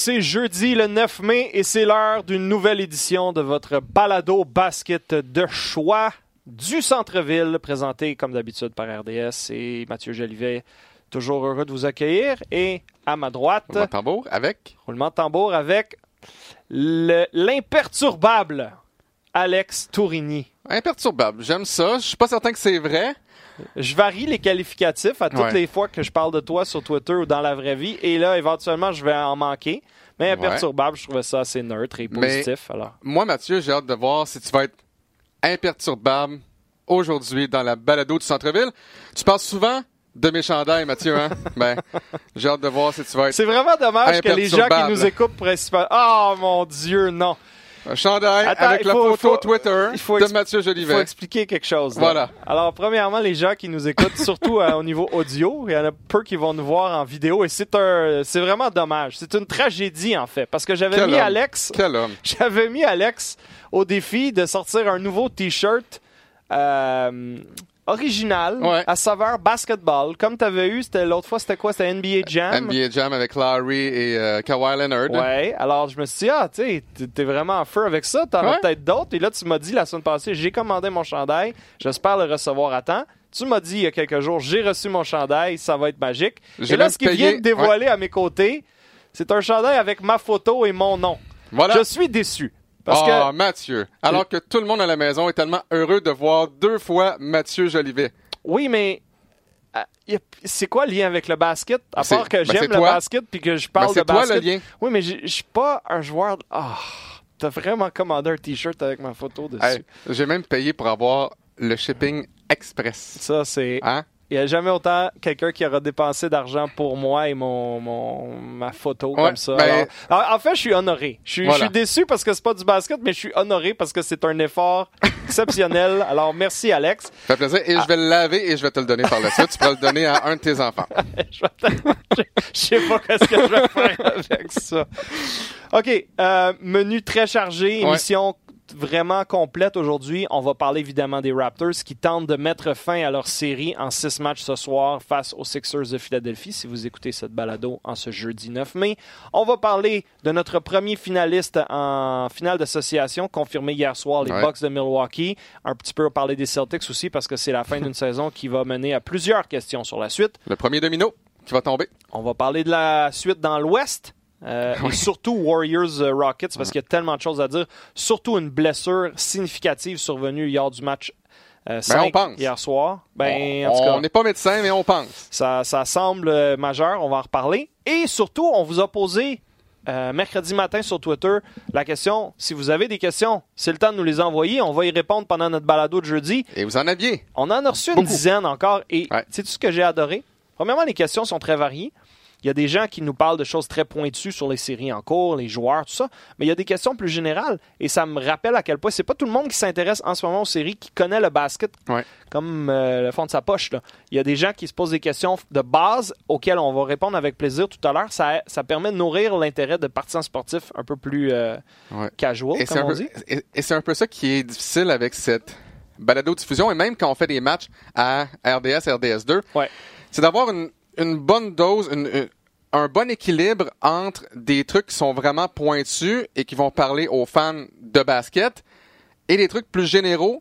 c'est jeudi le 9 mai et c'est l'heure d'une nouvelle édition de votre balado basket de choix du centre-ville, présenté comme d'habitude par RDS et Mathieu Jolivet. Toujours heureux de vous accueillir. Et à ma droite, roulement de tambour avec l'imperturbable Alex Tourigny. Imperturbable, j'aime ça. Je suis pas certain que c'est vrai. Je varie les qualificatifs à toutes les fois que je parle de toi sur Twitter ou dans la vraie vie. Et là, éventuellement, je vais en manquer. Mais imperturbable, je trouvais ça assez neutre et positif. Alors. Moi, Mathieu, j'ai hâte de voir si tu vas être imperturbable aujourd'hui dans la balado du centre-ville. Tu parles souvent de mes chandails, Mathieu, hein? Ben, j'ai hâte de voir si tu vas être C'est vraiment dommage que les gens qui nous écoutent principalement... Oh, mon Dieu, non! Un chandail avec la photo Twitter de Mathieu Jolivet. Il faut expliquer quelque chose. Là. Voilà. Alors, premièrement, les gens qui nous écoutent, surtout au niveau audio, il y en a peu qui vont nous voir en vidéo et c'est vraiment dommage. C'est une tragédie, en fait, parce que j'avais mis Alex au défi de sortir un nouveau T-shirt original, à saveur basketball. Comme tu avais eu, l'autre fois, c'était quoi? C'était NBA Jam? NBA Jam avec Larry et Kawhi Leonard. Ouais, alors je me suis dit, tu sais, t'es vraiment en feu avec ça, t'en as peut-être d'autres. Et là, tu m'as dit la semaine passée, j'ai commandé mon chandail, j'espère le recevoir à temps. Tu m'as dit il y a quelques jours, j'ai reçu mon chandail, ça va être magique. Et là, ce qui vient de dévoiler à mes côtés, c'est un chandail avec ma photo et mon nom. Voilà. Je suis déçu. Parce Mathieu, alors que tout le monde à la maison est tellement heureux de voir 2 fois Mathieu Jolivet. Oui, mais c'est quoi le lien avec le basket? À part que j'aime le basket puis que je parle de basket. C'est toi le lien. Oui, mais je suis pas un joueur... t'as vraiment commandé un T-shirt avec ma photo dessus. Hey, j'ai même payé pour avoir le shipping express. Ça, c'est... Hein? Il n'y a jamais autant quelqu'un qui aura dépensé d'argent pour moi et ma photo comme ça. Alors, en fait, je suis honoré. Je suis déçu parce que c'est pas du basket, mais je suis honoré parce que c'est un effort exceptionnel. Alors, merci, Alex. Ça fait plaisir. Et je vais le laver et je vais te le donner par la suite. Tu pourras le donner à un de tes enfants. Je sais pas qu'est-ce que je vais faire avec ça. OK. Menu très chargé. Émission vraiment complète aujourd'hui. On va parler évidemment des Raptors qui tentent de mettre fin à leur série en 6 matchs ce soir face aux Sixers de Philadelphie. Si vous écoutez cette balado en ce jeudi 9 mai. On va parler de notre premier finaliste en finale d'association confirmé hier soir, les Bucks de Milwaukee. Un petit peu parler des Celtics aussi parce que c'est la fin d'une saison qui va mener à plusieurs questions sur la suite. Le premier domino qui va tomber. On va parler de la suite dans l'Ouest. Et surtout Warriors-Rockets parce qu'il y a tellement de choses à dire. Surtout une blessure significative survenue hier du match 5 hier soir. On n'est pas médecin, mais on pense. Ça semble majeur, on va en reparler. Et surtout, on vous a posé mercredi matin sur Twitter la question, si vous avez des questions, c'est le temps de nous les envoyer. On va y répondre pendant notre balado de jeudi. Et vous en aviez. On en a reçu une dizaine encore. Et sais-tu ce que j'ai adoré? Premièrement, les questions sont très variées. Il y a des gens qui nous parlent de choses très pointues sur les séries en cours, les joueurs, tout ça. Mais il y a des questions plus générales. Et ça me rappelle à quel point c'est pas tout le monde qui s'intéresse en ce moment aux séries, qui connaît le basket comme le fond de sa poche. Là. Il y a des gens qui se posent des questions de base auxquelles on va répondre avec plaisir tout à l'heure. Ça permet de nourrir l'intérêt de partisans sportifs un peu plus casual, comme on dit. Et c'est un peu ça qui est difficile avec cette balado-diffusion. Et même quand on fait des matchs à RDS, RDS2, c'est d'avoir une bonne dose, un bon équilibre entre des trucs qui sont vraiment pointus et qui vont parler aux fans de basket et des trucs plus généraux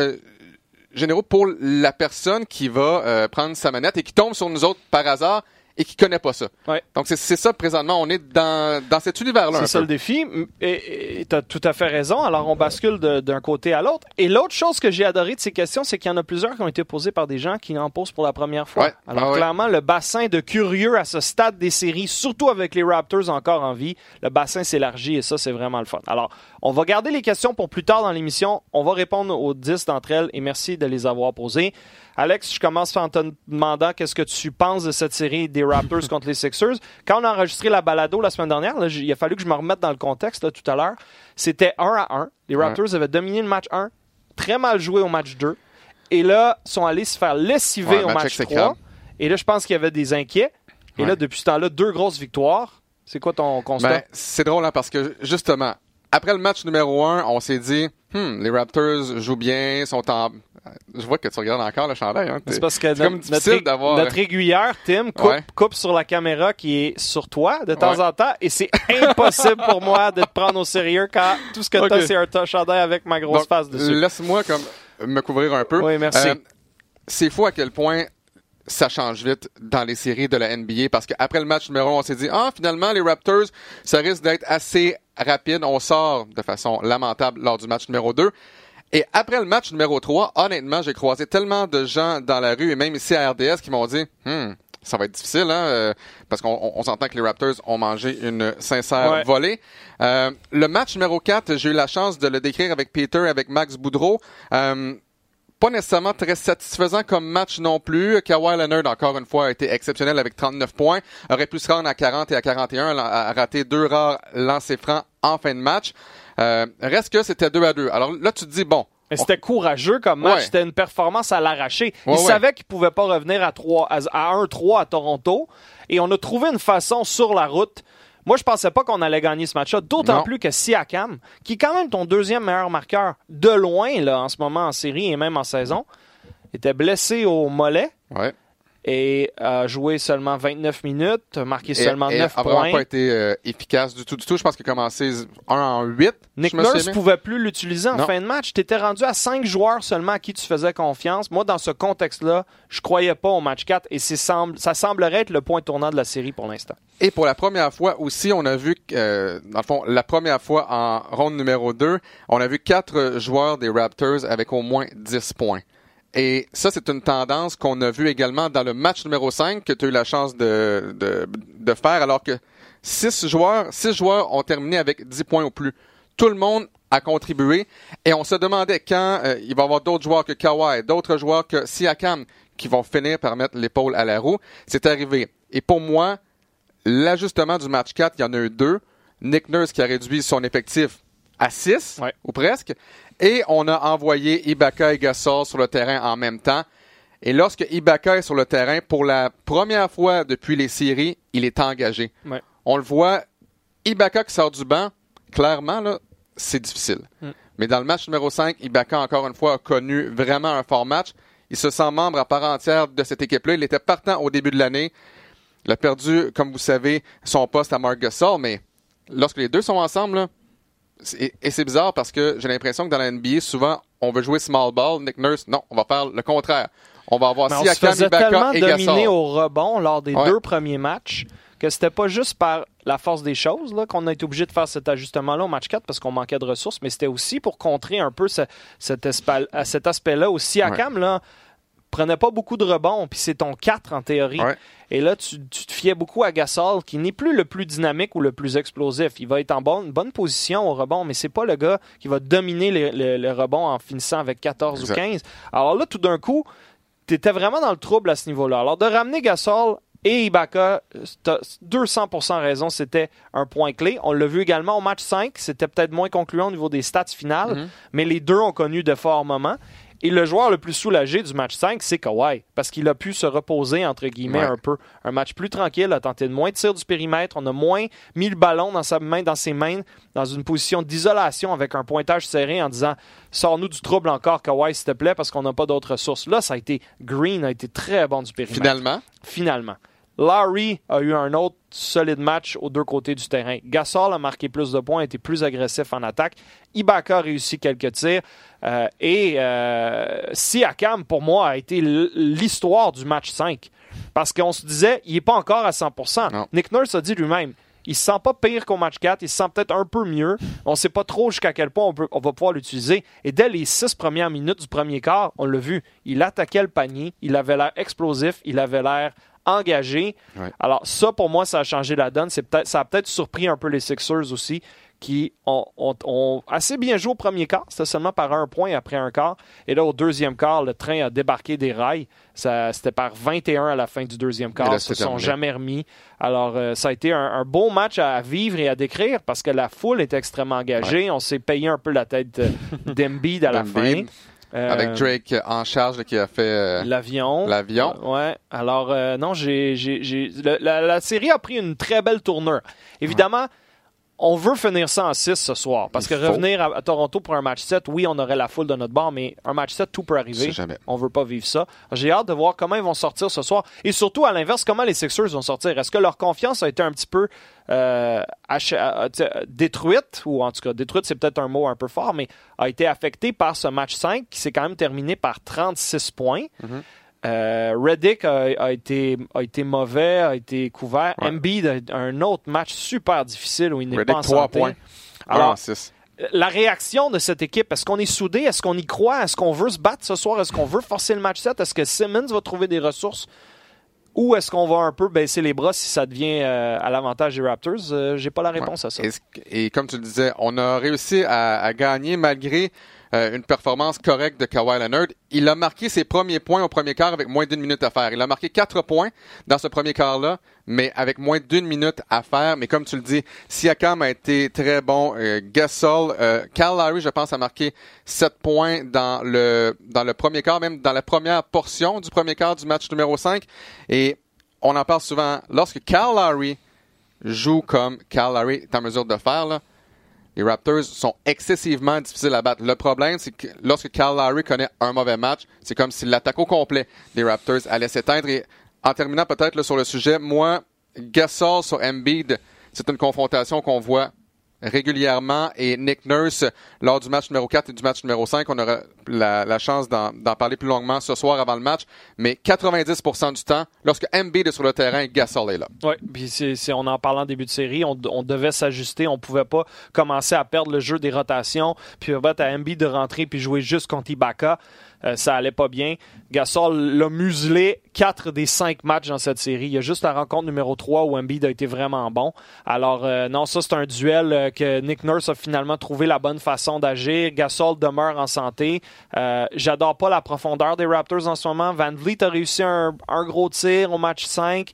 pour la personne qui va prendre sa manette et qui tombe sur nous autres par hasard et qui connaît pas ça. Donc, c'est ça, présentement. On est dans cet univers-là. C'est ça le défi. Et tu as tout à fait raison. Alors, on bascule d'un côté à l'autre. Et l'autre chose que j'ai adoré de ces questions, c'est qu'il y en a plusieurs qui ont été posées par des gens qui en posent pour la première fois. Alors, clairement, le bassin de curieux à ce stade des séries, surtout avec les Raptors encore en vie, le bassin s'élargit et ça, c'est vraiment le fun. Alors, on va garder les questions pour plus tard dans l'émission. On va répondre aux 10 d'entre elles et merci de les avoir posées. Alex, je commence en te demandant qu'est-ce que tu penses de cette série des Raptors contre les Sixers. Quand on a enregistré la balado la semaine dernière, là, il a fallu que je me remette dans le contexte là, tout à l'heure. C'était 1-1. Les Raptors avaient dominé le match 1, très mal joué au match 2. Et là, sont allés se faire lessiver au match 3. Et là, je pense qu'il y avait des inquiets. Et là, depuis ce temps-là, 2 grosses victoires. C'est quoi ton constat? C'est drôle hein, parce que justement, après le match numéro 1, on s'est dit, les Raptors jouent bien, sont en... Je vois que tu regardes encore le chandail. Hein. C'est parce que notre aiguilleur, Tim, coupe sur la caméra qui est sur toi de temps en temps et c'est impossible pour moi de te prendre au sérieux quand tout ce que tu as, c'est un chandail avec ma grosse face dessus. Laisse-moi me couvrir un peu. Oui, merci. C'est fou à quel point ça change vite dans les séries de la NBA parce qu'après le match numéro 1, on s'est dit, finalement, les Raptors, ça risque d'être assez rapide. On sort de façon lamentable lors du match numéro 2. Et après le match numéro 3, honnêtement, j'ai croisé tellement de gens dans la rue et même ici à RDS qui m'ont dit ça va être difficile, hein, parce qu'on s'entend que les Raptors ont mangé une sincère volée. Le match numéro 4, j'ai eu la chance de le décrire avec Peter, avec Max Boudreau. Pas nécessairement très satisfaisant comme match non plus. Kawhi Leonard, encore une fois, a été exceptionnel avec 39 points. Aurait pu se rendre à 40 et à 41, a raté 2 rares lancers francs en fin de match. Reste que c'était 2-2. Alors là, tu te dis, bon. Mais c'était courageux comme match. C'était une performance à l'arraché. Il savait qu'il pouvait pas revenir à 1-3 à Toronto. Et on a trouvé une façon sur la route. Moi, je pensais pas qu'on allait gagner ce match-là. D'autant plus que Siakam, qui est quand même ton deuxième meilleur marqueur de loin là en ce moment en série et même en saison, était blessé au mollet. Ouais. Et a joué seulement 29 minutes, a marqué seulement 9 points. Il n'a vraiment pas été efficace du tout. Je pense qu'il a commencé 1 en 8. Nick Nurse ne pouvait plus l'utiliser en fin de match. Tu étais rendu à 5 joueurs seulement à qui tu faisais confiance. Moi, dans ce contexte-là, je croyais pas au match 4 et ça semblerait être le point tournant de la série pour l'instant. Et pour la première fois aussi, on a vu, dans le fond, la première fois en ronde numéro 2, on a vu 4 joueurs des Raptors avec au moins 10 points. Et ça, c'est une tendance qu'on a vue également dans le match numéro 5 que tu as eu la chance de faire, alors que 6 joueurs ont terminé avec 10 points ou plus. Tout le monde a contribué et on se demandait quand il va y avoir d'autres joueurs que Kawhi, d'autres joueurs que Siakam qui vont finir par mettre l'épaule à la roue. C'est arrivé. Et pour moi, l'ajustement du match 4, il y en a eu 2. Nick Nurse qui a réduit son effectif à 6, ou presque. Et on a envoyé Ibaka et Gasol sur le terrain en même temps. Et lorsque Ibaka est sur le terrain, pour la première fois depuis les séries, il est engagé. Ouais. On le voit, Ibaka qui sort du banc, clairement, là, c'est difficile. Mais dans le match numéro 5, Ibaka, encore une fois, a connu vraiment un fort match. Il se sent membre à part entière de cette équipe-là. Il était partant au début de l'année. Il a perdu, comme vous savez, son poste à Marc Gasol, mais lorsque les deux sont ensemble, là, et c'est bizarre parce que j'ai l'impression que dans la NBA, souvent, on veut jouer small ball. Nick Nurse, non, on va faire le contraire. On va avoir Siakam, Ibaka et Gasol. On se faisait tellement dominer au rebond lors des 2 premiers matchs que c'était pas juste par la force des choses là, qu'on a été obligé de faire cet ajustement-là au match 4 parce qu'on manquait de ressources, mais c'était aussi pour contrer un peu cet aspect-là. Au Siakam, là, prenait pas beaucoup de rebonds, puis c'est ton 4 en théorie. Ouais. Et là, tu te fiais beaucoup à Gasol, qui n'est plus le plus dynamique ou le plus explosif. Il va être en bonne position au rebond, mais c'est pas le gars qui va dominer le rebond en finissant avec 14 ou 15. Alors là, tout d'un coup, tu étais vraiment dans le trouble à ce niveau-là. Alors de ramener Gasol et Ibaka, tu as 200% raison, c'était un point clé. On l'a vu également au match 5, c'était peut-être moins concluant au niveau des stats finales, mais les deux ont connu de forts moments. Et le joueur le plus soulagé du match 5, c'est Kawhi, parce qu'il a pu se reposer, entre guillemets, un peu. Un match plus tranquille, a tenté de moins de tirs du périmètre, on a moins mis le ballon dans ses mains, dans une position d'isolation avec un pointage serré en disant « Sors-nous du trouble encore, Kawhi, s'il te plaît, parce qu'on n'a pas d'autres ressources. » Là, ça a été Green a été très bon du périmètre. Finalement. Larry a eu un autre solide match aux deux côtés du terrain. Gasol a marqué plus de points, a été plus agressif en attaque. Ibaka a réussi quelques tirs. Siakam, pour moi, a été l'histoire du match 5. Parce qu'on se disait, il n'est pas encore à 100%. Non. Nick Nurse a dit lui-même, il ne se sent pas pire qu'au match 4, il se sent peut-être un peu mieux. On ne sait pas trop jusqu'à quel point on va pouvoir l'utiliser. Et dès les 6 premières minutes du premier quart, on l'a vu, il attaquait le panier, il avait l'air explosif, il avait l'air engagé. Ouais. Alors ça, pour moi, ça a changé la donne. Ça a peut-être surpris un peu les Sixers aussi, qui ont assez bien joué au premier quart. C'était seulement par 1 point après un quart. Et là, au deuxième quart, le train a débarqué des rails. C'était par 21 à la fin du deuxième quart. Ils ne se sont jamais remis. Alors, ça a été un beau match à vivre et à décrire parce que la foule était extrêmement engagée. Ouais. On s'est payé un peu la tête d'Embiid à la fin. Avec Drake en charge qui a fait l'avion. Ouais. Alors, non, la série a pris une très belle tournure. Évidemment, on veut finir ça en 6 ce soir. Parce que revenir à Toronto pour un match 7, oui, on aurait la foule de notre bord, mais un match 7, tout peut arriver. On veut pas vivre ça. J'ai hâte de voir comment ils vont sortir ce soir. Et surtout, à l'inverse, comment les Sixers vont sortir. Est-ce que leur confiance a été un petit peu détruite, ou en tout cas, détruite, c'est peut-être un mot un peu fort, mais a été affectée par ce match 5 qui s'est quand même terminé par 36 points. Redick a été mauvais, a été couvert. Embiid a un autre match super difficile où il n'est Redick, pas en santé. 3 points. Alors, 6. La réaction de cette équipe, est-ce qu'on est soudé? Est-ce qu'on y croit? Est-ce qu'on veut se battre ce soir? Est-ce qu'on veut forcer le match 7? Est-ce que Simmons va trouver des ressources? Ou est-ce qu'on va un peu baisser les bras si ça devient à l'avantage des Raptors? J'ai pas la réponse à ça. Et comme tu le disais, on a réussi à gagner malgré une performance correcte de Kawhi Leonard. Il a marqué ses premiers points au premier quart avec moins d'1 minute à faire. Il a marqué 4 points dans ce premier quart-là, mais avec moins d'1 minute à faire. Mais comme tu le dis, Siakam a été très bon. Gasol, Kyle Lowry, je pense, a marqué 7 points dans le premier quart, même dans la première portion du premier quart du match numéro 5. Et on en parle souvent. Lorsque Kyle Lowry joue comme Kyle Lowry est en mesure de faire, là, les Raptors sont excessivement difficiles à battre. Le problème, c'est que lorsque Kyle Lowry connaît un mauvais match, c'est comme si l'attaque au complet des Raptors allait s'éteindre. Et en terminant peut-être là, sur le sujet, moi, Gasol sur Embiid, c'est une confrontation qu'on voit régulièrement. Et Nick Nurse, lors du match numéro 4 et du match numéro 5, on aura la chance d'en parler plus longuement ce soir avant le match. Mais 90% du temps, lorsque Embiid est sur le terrain, Gasol est là. Oui, puis on en parlant en début de série, on devait s'ajuster. On pouvait pas commencer à perdre le jeu des rotations, puis permettre à Embiid de rentrer puis jouer juste contre Ibaka. Ça allait pas bien. Gasol l'a muselé 4 des 5 matchs dans cette série. Il y a juste la rencontre numéro 3 où Embiid a été vraiment bon. Alors, non, ça, c'est un duel que Nick Nurse a finalement trouvé la bonne façon d'agir. Gasol demeure en santé. J'adore pas la profondeur des Raptors en ce moment. Van Vliet a réussi un gros tir au match 5.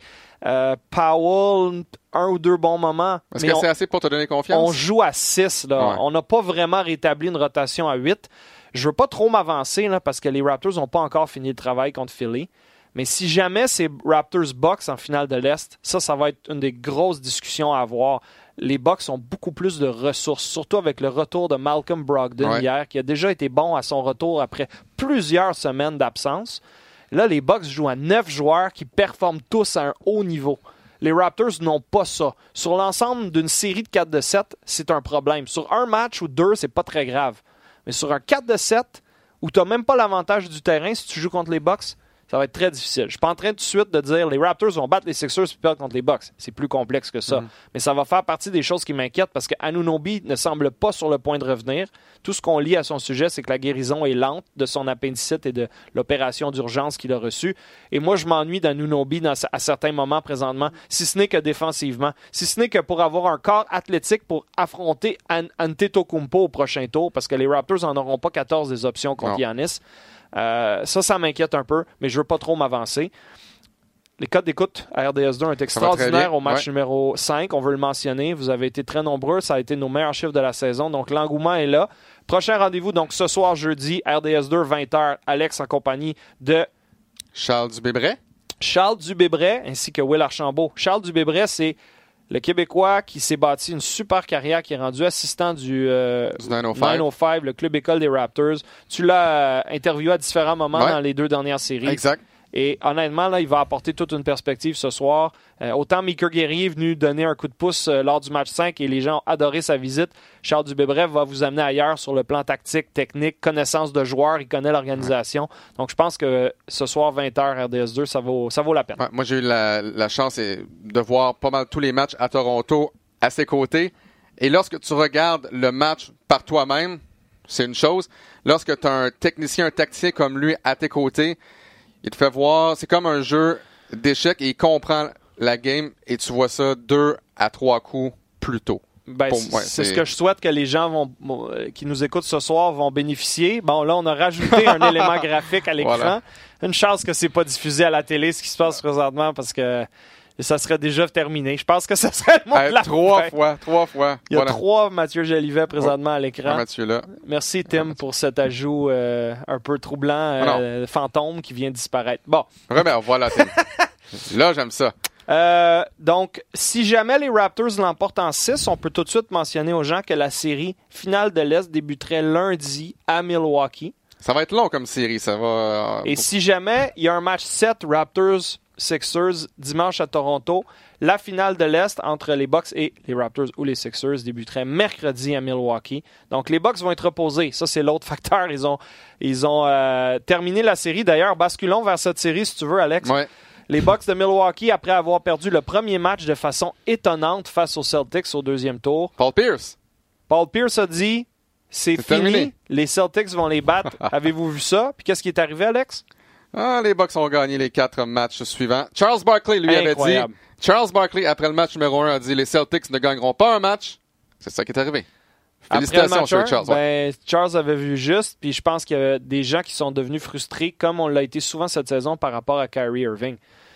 Powell, un ou deux bons moments. Est-ce que c'est assez pour te donner confiance? On joue à 6. Là. Ouais. On n'a pas vraiment rétabli une rotation à 8. Je veux pas trop m'avancer là, parce que les Raptors n'ont pas encore fini le travail contre Philly. Mais si jamais c'est Raptors-Bucks en finale de l'Est, ça va être une des grosses discussions à avoir. Les Bucks ont beaucoup plus de ressources, surtout avec le retour de Malcolm Brogdon hier, qui a déjà été bon à son retour après plusieurs semaines d'absence. Là, les Bucks jouent à 9 joueurs qui performent tous à un haut niveau. Les Raptors n'ont pas ça. Sur l'ensemble d'une série de 4 de 7, c'est un problème. Sur un match ou 2, c'est pas très grave. Mais sur un 4 de 7, où tu n'as même pas l'avantage du terrain si tu joues contre les Bucks, ça va être très difficile. Je ne suis pas en train tout de suite de dire les Raptors vont battre les Sixers et perdre contre les Bucks. C'est plus complexe que ça. Mais ça va faire partie des choses qui m'inquiètent parce qu'Anunoby ne semble pas sur le point de revenir. Tout ce qu'on lit à son sujet, c'est que la guérison est lente de son appendicite et de l'opération d'urgence qu'il a reçue. Et moi, je m'ennuie d'Anunoby à certains moments présentement, si ce n'est que défensivement. Si ce n'est que pour avoir un corps athlétique pour affronter Antetokounmpo au prochain tour parce que les Raptors n'en auront pas 14 des options contre Giannis. Ça m'inquiète un peu, mais je ne veux pas trop m'avancer. Les codes d'écoute à RDS2 ont été extraordinaires au match numéro 5. On veut le mentionner. Vous avez été très nombreux. Ça a été nos meilleurs chiffres de la saison. Donc, l'engouement est là. Prochain rendez-vous, donc ce soir, jeudi, RDS2, 20h. Alex en compagnie de Charles Dubébret. Charles Dubébret ainsi que Will Archambault. Charles Dubébret, c'est le Québécois qui s'est bâti une super carrière, qui est rendu assistant du 905, le club école des Raptors. Tu l'as interviewé à différents moments dans les 2 dernières séries. Exact. Et honnêtement, là, il va apporter toute une perspective ce soir. Autant Mika Guerrier est venu donner un coup de pouce lors du match 5 et les gens ont adoré sa visite. Charles Dubébret va vous amener ailleurs sur le plan tactique, technique, connaissance de joueurs. Il connaît l'organisation. Donc, je pense que ce soir, 20h, RDS2, ça vaut la peine. Ouais, moi, j'ai eu la chance de voir pas mal tous les matchs à Toronto à ses côtés. Et lorsque tu regardes le match par toi-même, c'est une chose. Lorsque tu as un technicien, un tacticien comme lui à tes côtés, il te fait voir, c'est comme un jeu d'échecs et il comprend la game et tu vois ça 2 à 3 coups plus tôt. Ben, c'est ce que je souhaite que les gens qui nous écoutent ce soir vont bénéficier. Bon, là, on a rajouté un élément graphique à l'écran. Voilà. Une chance que c'est pas diffusé à la télé, ce qui se passe présentement, parce que ça serait déjà terminé. Je pense que ça serait le mot de la fin. 3 fois. Il y a 3 Mathieu Jolivet présentement à l'écran. Mathieu là. Merci Tim pour cet ajout un peu troublant, fantôme qui vient disparaître. Bon. Voilà Tim. Là, j'aime ça. Donc, si jamais les Raptors l'emportent en 6, on peut tout de suite mentionner aux gens que la série finale de l'Est débuterait lundi à Milwaukee. Ça va être long comme série, ça va... Et si jamais il y a un match 7 Raptors-Sixers dimanche à Toronto, la finale de l'Est entre les Bucks et les Raptors ou les Sixers débuterait mercredi à Milwaukee. Donc, les Bucks vont être reposés. Ça, c'est l'autre facteur. Ils ont terminé la série. D'ailleurs, basculons vers cette série, si tu veux, Alex. Ouais. Les Bucks de Milwaukee, après avoir perdu le premier match de façon étonnante face aux Celtics au deuxième tour. Paul Pierce a dit... C'est fini. Terminé. Les Celtics vont les battre. Avez-vous vu ça? Puis qu'est-ce qui est arrivé, Alex? Les Bucks ont gagné les 4 matchs suivants. Charles Barkley, lui, avait dit... Charles Barkley, après le match numéro 1, a dit « Les Celtics ne gagneront pas un match. » C'est ça qui est arrivé. Félicitations sur Charles. Charles avait vu juste, puis je pense qu'il y a des gens qui sont devenus frustrés, comme on l'a été souvent cette saison par rapport à Kyrie Irving.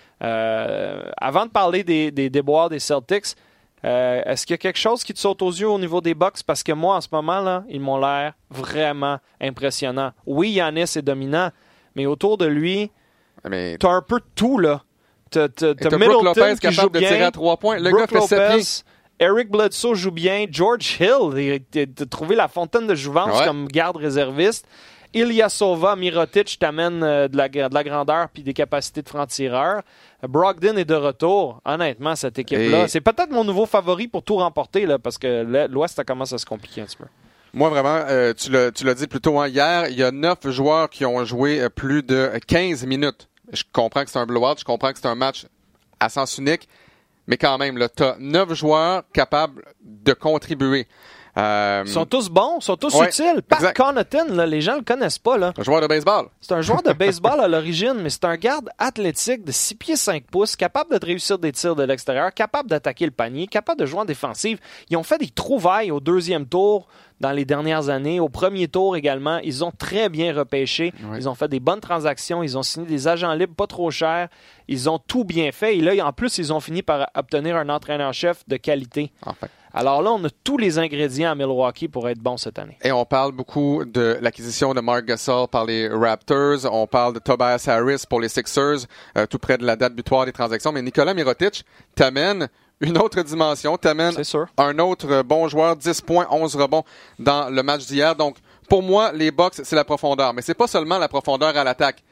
Avant de parler des déboires des Celtics... est-ce qu'il y a quelque chose qui te saute aux yeux au niveau des Bucks? Parce que moi, en ce moment, là, ils m'ont l'air vraiment impressionnants. Oui, Giannis est dominant, mais autour de lui, t'as un peu de tout, là. T'as Middleton Brook Lopez qui capable de tirer à 3 points. Le Brook gars fait 7 pieds. Eric Bledsoe joue bien. George Hill, t'as trouvé la fontaine de jouvence comme garde réserviste. Ilyasova, Mirotic t'amène de la grandeur puis des capacités de franc-tireur. Brogdon est de retour. Honnêtement, cette équipe-là, c'est peut-être mon nouveau favori pour tout remporter là, parce que l'Ouest, ça commence à se compliquer un petit peu. Moi, vraiment, tu l'as dit plus tôt, hein, hier, il y a 9 joueurs qui ont joué plus de 15 minutes. Je comprends que c'est un blowout, je comprends que c'est un match à sens unique, mais quand même, tu as 9 joueurs capables de contribuer. Ils sont tous bons, ils sont tous utiles. Pat Connaughton, là, les gens le connaissent pas. Là. Un joueur de baseball. C'est un joueur de baseball à l'origine, mais c'est un garde athlétique de 6 pieds 5 pouces, capable de réussir des tirs de l'extérieur, capable d'attaquer le panier, capable de jouer en défensive. Ils ont fait des trouvailles au deuxième tour dans les dernières années. Au premier tour également, ils ont très bien repêché. Oui. Ils ont fait des bonnes transactions. Ils ont signé des agents libres pas trop chers. Ils ont tout bien fait. Et là, en plus, ils ont fini par obtenir un entraîneur-chef de qualité. Enfin. Alors là, on a tous les ingrédients à Milwaukee pour être bon cette année. Et on parle beaucoup de l'acquisition de Marc Gasol par les Raptors. On parle de Tobias Harris pour les Sixers, tout près de la date butoir des transactions. Mais Nikola Mirotic t'amène une autre dimension, t'amène un autre bon joueur, 10 points, 11 rebonds dans le match d'hier. Donc, pour moi, les Bucks, c'est la profondeur. Mais c'est pas seulement la profondeur à l'attaque.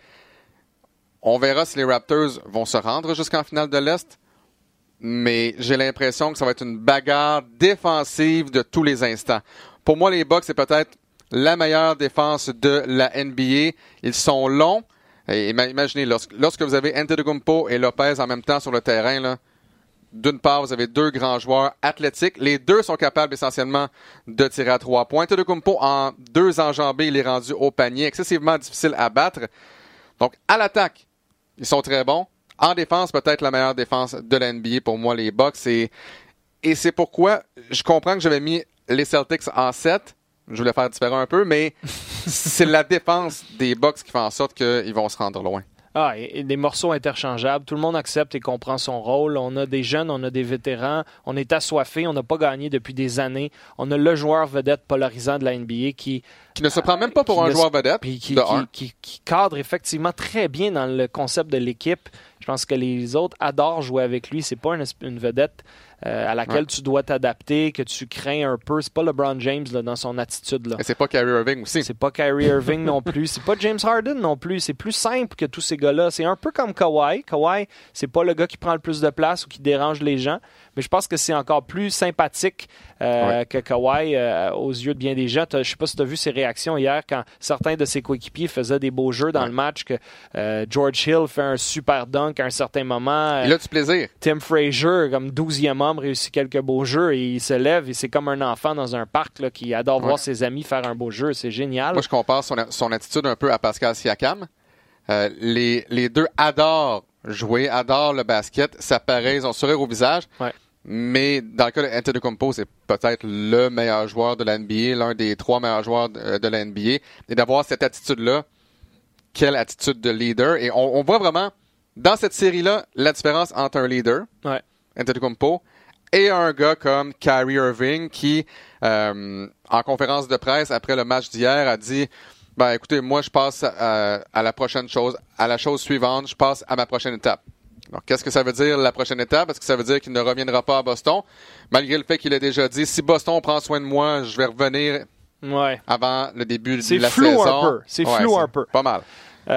On verra si les Raptors vont se rendre jusqu'en finale de l'Est. Mais j'ai l'impression que ça va être une bagarre défensive de tous les instants. Pour moi, les Bucks, c'est peut-être la meilleure défense de la NBA. Ils sont longs. Et imaginez, lorsque vous avez Antetokounmpo et Lopez en même temps sur le terrain, là, d'une part, vous avez 2 grands joueurs athlétiques. Les 2 sont capables essentiellement de tirer à 3 points. Antetokounmpo, en 2 enjambées, il est rendu au panier. Excessivement difficile à battre. Donc, à l'attaque, ils sont très bons. En défense, peut-être la meilleure défense de la NBA pour moi, les Bucks. Et c'est pourquoi je comprends que j'avais mis les Celtics en 7. Je voulais faire différent un peu, mais c'est la défense des Bucks qui fait en sorte qu'ils vont se rendre loin. Et des morceaux interchangeables. Tout le monde accepte et comprend son rôle. On a des jeunes, on a des vétérans. On est assoiffés. On n'a pas gagné depuis des années. On a le joueur vedette polarisant de la NBA qui ne se prend même pas pour un joueur vedette. Qui cadre effectivement très bien dans le concept de l'équipe. Je pense que les autres adorent jouer avec lui. C'est pas une vedette à laquelle tu dois t'adapter, que tu crains un peu. C'est pas LeBron James là, dans son attitude. Là. Et c'est pas Kyrie Irving aussi. C'est pas Kyrie Irving non plus. C'est pas James Harden non plus. C'est plus simple que tous ces gars-là. C'est un peu comme Kawhi. Kawhi, c'est pas le gars qui prend le plus de place ou qui dérange les gens. Mais je pense que c'est encore plus sympathique que Kawhi aux yeux de bien des gens. Je sais pas si tu as vu ses réactions hier quand certains de ses coéquipiers faisaient des beaux jeux dans le match, que George Hill fait un super dunk à un certain moment. Il a du plaisir. Tim Frazier, comme 12e homme, réussit quelques beaux jeux et il se lève et c'est comme un enfant dans un parc là, qui adore voir ses amis faire un beau jeu. C'est génial. Moi, je compare son attitude un peu à Pascal Siakam. Les 2 adorent jouer, adorent le basket. Ça paraît, ils ont sourire au visage. Ouais. Mais dans le cas d'Antetokounmpo, c'est peut-être le meilleur joueur de la NBA, l'un des 3 meilleurs joueurs de la NBA. Et d'avoir cette attitude-là, quelle attitude de leader. Et on voit vraiment, dans cette série-là, la différence entre un leader, Antetokounmpo, et un gars comme Kyrie Irving qui, en conférence de presse après le match d'hier, a dit écoutez, moi je passe à la prochaine chose, à la chose suivante, je passe à ma prochaine étape. Alors, qu'est-ce que ça veut dire la prochaine étape? Est-ce que ça veut dire qu'il ne reviendra pas à Boston? Malgré le fait qu'il a déjà dit, si Boston prend soin de moi, je vais revenir avant le début de la saison. C'est flou un peu. Pas mal.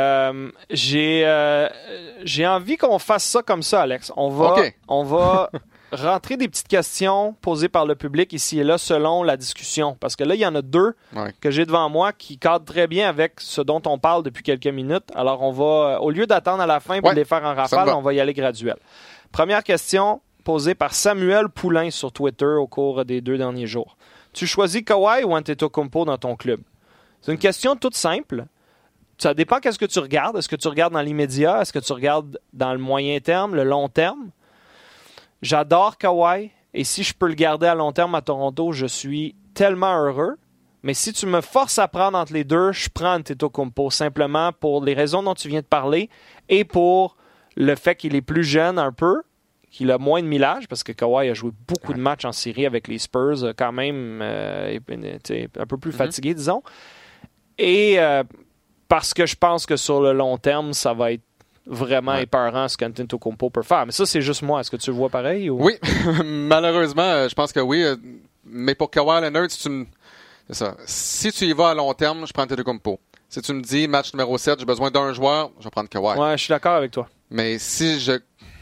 J'ai envie qu'on fasse ça comme ça, Alex. On va rentrer des petites questions posées par le public ici et là selon la discussion. Parce que là, il y en a 2 que j'ai devant moi qui cadrent très bien avec ce dont on parle depuis quelques minutes. Alors, on va, au lieu d'attendre à la fin pour les faire en rafale, on va y aller graduel. Première question posée par Samuel Poulain sur Twitter au cours des 2 derniers jours. Tu choisis Kawhi ou Antetokounmpo dans ton club? C'est une question toute simple. Ça dépend qu'est-ce que tu regardes. Est-ce que tu regardes dans l'immédiat? Est-ce que tu regardes dans le moyen terme, le long terme? J'adore Kawhi et si je peux le garder à long terme à Toronto, je suis tellement heureux. Mais si tu me forces à prendre entre les 2, je prends Antetokounmpo simplement pour les raisons dont tu viens de parler et pour le fait qu'il est plus jeune un peu, qu'il a moins de millage parce que Kawhi a joué beaucoup de matchs en série avec les Spurs quand même un peu plus fatigué, disons. Et parce que je pense que sur le long terme, ça va être vraiment épeurant ce qu'Antetokounmpo peut faire. Mais ça, c'est juste moi. Est-ce que tu le vois pareil? Ou? Oui, malheureusement, je pense que oui. Mais pour Kawhi Leonard, si tu y vas à long terme, je prends Antetokounmpo. Si tu me dis match numéro 7, j'ai besoin d'un joueur, je vais prendre Kawhi. Ouais, je suis d'accord avec toi. Mais si je...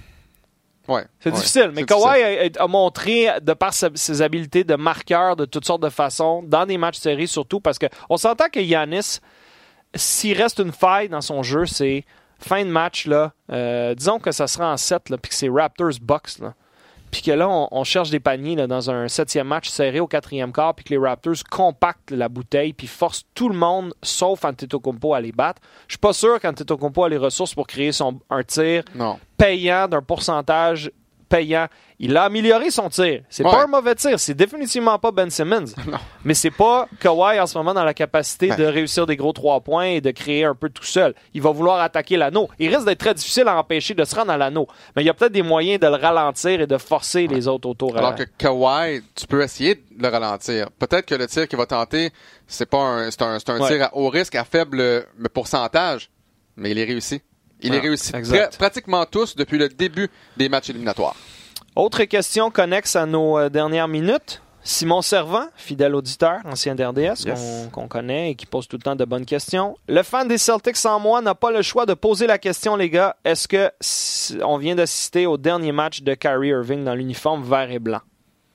C'est difficile, mais Kawhi a montré, de par ses habiletés de marqueur de toutes sortes de façons, dans des matchs séries surtout, parce qu'on s'entend que Giannis, s'il reste une faille dans son jeu, c'est fin de match, là, disons que ça sera en 7, puis que c'est Raptors-Bucks, puis que là, on cherche des paniers là, dans un 7e match serré au 4e quart, puis que les Raptors compactent la bouteille, puis forcent tout le monde, sauf Antetokounmpo, à les battre. Je suis pas sûr qu'Antetokounmpo a les ressources pour créer un tir payant d'un pourcentage payant. Il a amélioré son tir. C'est pas un mauvais tir. C'est définitivement pas Ben Simmons. Non. Mais c'est pas Kawhi en ce moment dans la capacité de réussir des gros 3 points et de créer un peu tout seul. Il va vouloir attaquer l'anneau. Il risque d'être très difficile à empêcher de se rendre à l'anneau. Mais il y a peut-être des moyens de le ralentir et de forcer les autres autour. Alors que Kawhi, tu peux essayer de le ralentir. Peut-être que le tir qu'il va tenter, c'est un tir à haut risque, à faible pourcentage, mais il est réussi. Il est réussi pratiquement tous depuis le début des matchs éliminatoires. Autre question connexe à nos dernières minutes. Simon Servant, fidèle auditeur, ancien d'RDS, qu'on connaît et qui pose tout le temps de bonnes questions. Le fan des Celtics en moi n'a pas le choix de poser la question, les gars. Est-ce que on vient d'assister au dernier match de Kyrie Irving dans l'uniforme vert et blanc?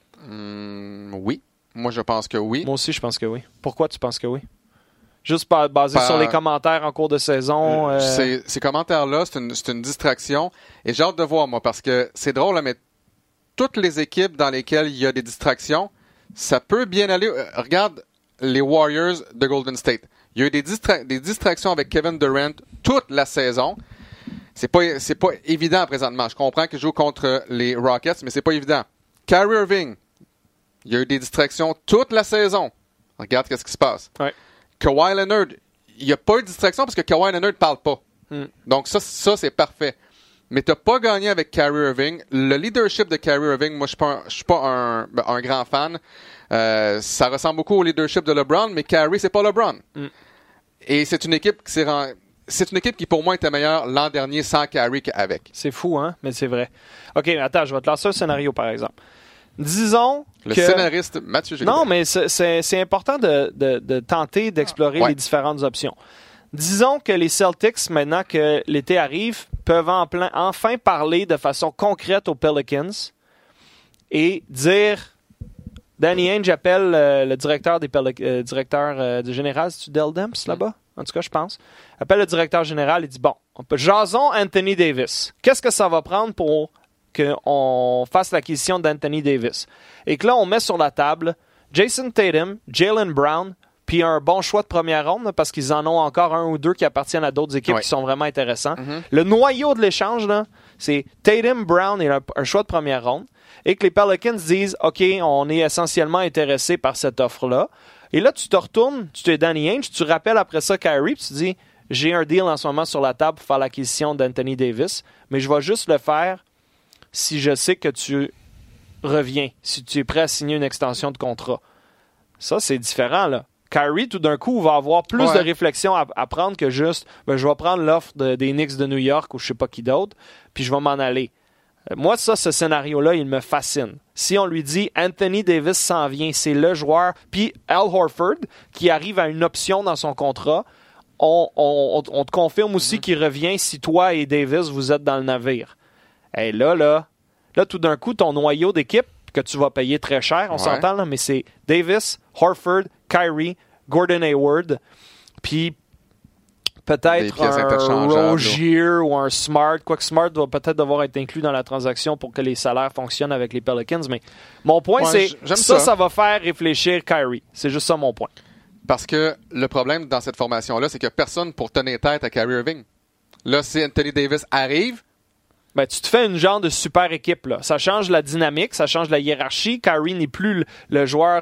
Oui. Moi, je pense que oui. Moi aussi, je pense que oui. Pourquoi tu penses que oui? Juste basé sur les commentaires en cours de saison. Ces commentaires-là, c'est une distraction. Et j'ai hâte de voir, moi, parce que c'est drôle, mais toutes les équipes dans lesquelles il y a des distractions, ça peut bien aller. Regarde les Warriors de Golden State. Il y a eu des distractions avec Kevin Durant toute la saison. C'est pas évident présentement. Je comprends qu'ils jouent contre les Rockets, mais c'est pas évident. Kyrie Irving, il y a eu des distractions toute la saison. Regarde qu'est-ce qui se passe. Ouais. Kawhi Leonard, il n'y a pas eu de distraction parce que Kawhi Leonard ne parle pas. Donc ça c'est parfait. Mais tu n'as pas gagné avec Kyrie Irving. Le leadership de Kyrie Irving, moi, je ne suis pas un grand fan. Ça ressemble beaucoup au leadership de LeBron, mais Kyrie, c'est pas LeBron. Et c'est une équipe qui, pour moi, était meilleure l'an dernier sans Kyrie qu'avec. C'est fou, hein? Mais c'est vrai. OK, attends, je vais te lancer un scénario, par exemple. Disons le scénariste Mathieu Gélibert. Non, mais c'est important de tenter d'explorer les différentes options. Disons que les Celtics, maintenant que l'été arrive, peuvent enfin parler de façon concrète aux Pelicans et dire... Danny Ainge appelle le directeur du général, c'est-tu Dell Demps là-bas? En tout cas, je pense. Appelle le directeur général et dit, bon, jason Anthony Davis. Qu'est-ce que ça va prendre pour qu'on fasse l'acquisition d'Anthony Davis? Et que là, on met sur la table Jason Tatum, Jaylen Brown, puis un bon choix de première ronde, parce qu'ils en ont encore un ou deux qui appartiennent à d'autres équipes qui sont vraiment intéressants. Le noyau de l'échange, là, c'est Tatum, Brown et un choix de première ronde. Et que les Pelicans disent, OK, on est essentiellement intéressé par cette offre-là. Et là, tu te retournes, tu es Danny Ainge, tu rappelles après ça Kyrie, puis tu dis, j'ai un deal en ce moment sur la table pour faire l'acquisition d'Anthony Davis, mais je vais juste le faire si je sais que tu reviens, si tu es prêt à signer une extension de contrat. Ça, c'est différent, là. Kyrie, tout d'un coup, va avoir plus de réflexion à prendre que juste je vais prendre l'offre des Knicks de New York ou je sais pas qui d'autre, puis je vais m'en aller. Moi, ce scénario-là, il me fascine. Si on lui dit Anthony Davis s'en vient, c'est le joueur, puis Al Horford, qui arrive à une option dans son contrat, on te confirme aussi qu'il revient si toi et Davis, vous êtes dans le navire. Et là, tout d'un coup, ton noyau d'équipe, que tu vas payer très cher, on s'entend, là, mais c'est Davis, Horford, Kyrie, Gordon Hayward, puis peut-être un Rozier ou un Smart. Quoique Smart doit peut-être devoir être inclus dans la transaction pour que les salaires fonctionnent avec les Pelicans. Mais mon point, c'est ça va faire réfléchir Kyrie. C'est juste ça mon point. Parce que le problème dans cette formation-là, c'est qu'il n'y a personne pour tenir tête à Kyrie Irving. Là, si Anthony Davis arrive... tu te fais une genre de super équipe. Là. Ça change la dynamique, ça change la hiérarchie. Kyrie n'est plus le joueur...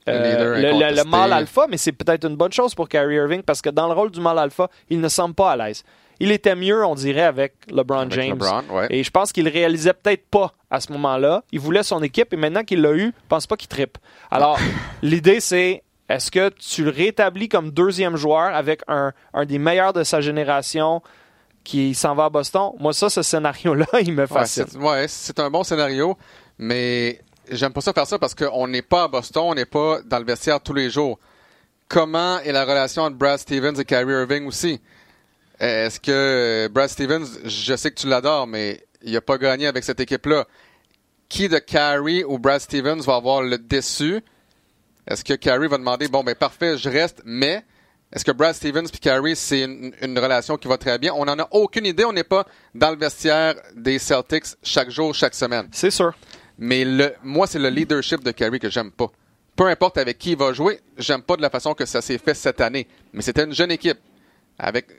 le mâle alpha, mais c'est peut-être une bonne chose pour Kyrie Irving parce que dans le rôle du mâle alpha, il ne semble pas à l'aise. Il était mieux, on dirait, avec LeBron James. Et je pense qu'il le réalisait peut-être pas à ce moment-là. Il voulait son équipe et maintenant qu'il l'a eu, je pense pas qu'il trippe. Alors, l'idée, c'est est-ce que tu le rétablis comme deuxième joueur avec un des meilleurs de sa génération qui s'en va à Boston? Moi, ce scénario-là, il me fascine. C'est un bon scénario, mais... J'aime pas ça faire ça parce qu'on n'est pas à Boston, on n'est pas dans le vestiaire tous les jours. Comment est la relation entre Brad Stevens et Kyrie Irving aussi? Est-ce que Brad Stevens, je sais que tu l'adores, mais il n'a pas gagné avec cette équipe-là. Qui de Kyrie ou Brad Stevens va avoir le déçu? Est-ce que Kyrie va demander, parfait, je reste, mais est-ce que Brad Stevens et Kyrie, c'est une relation qui va très bien? On n'en a aucune idée, on n'est pas dans le vestiaire des Celtics chaque jour, chaque semaine. C'est sûr. Mais moi, c'est le leadership de Kyrie que j'aime pas. Peu importe avec qui il va jouer, j'aime pas de la façon que ça s'est fait cette année. Mais c'était une jeune équipe. Avec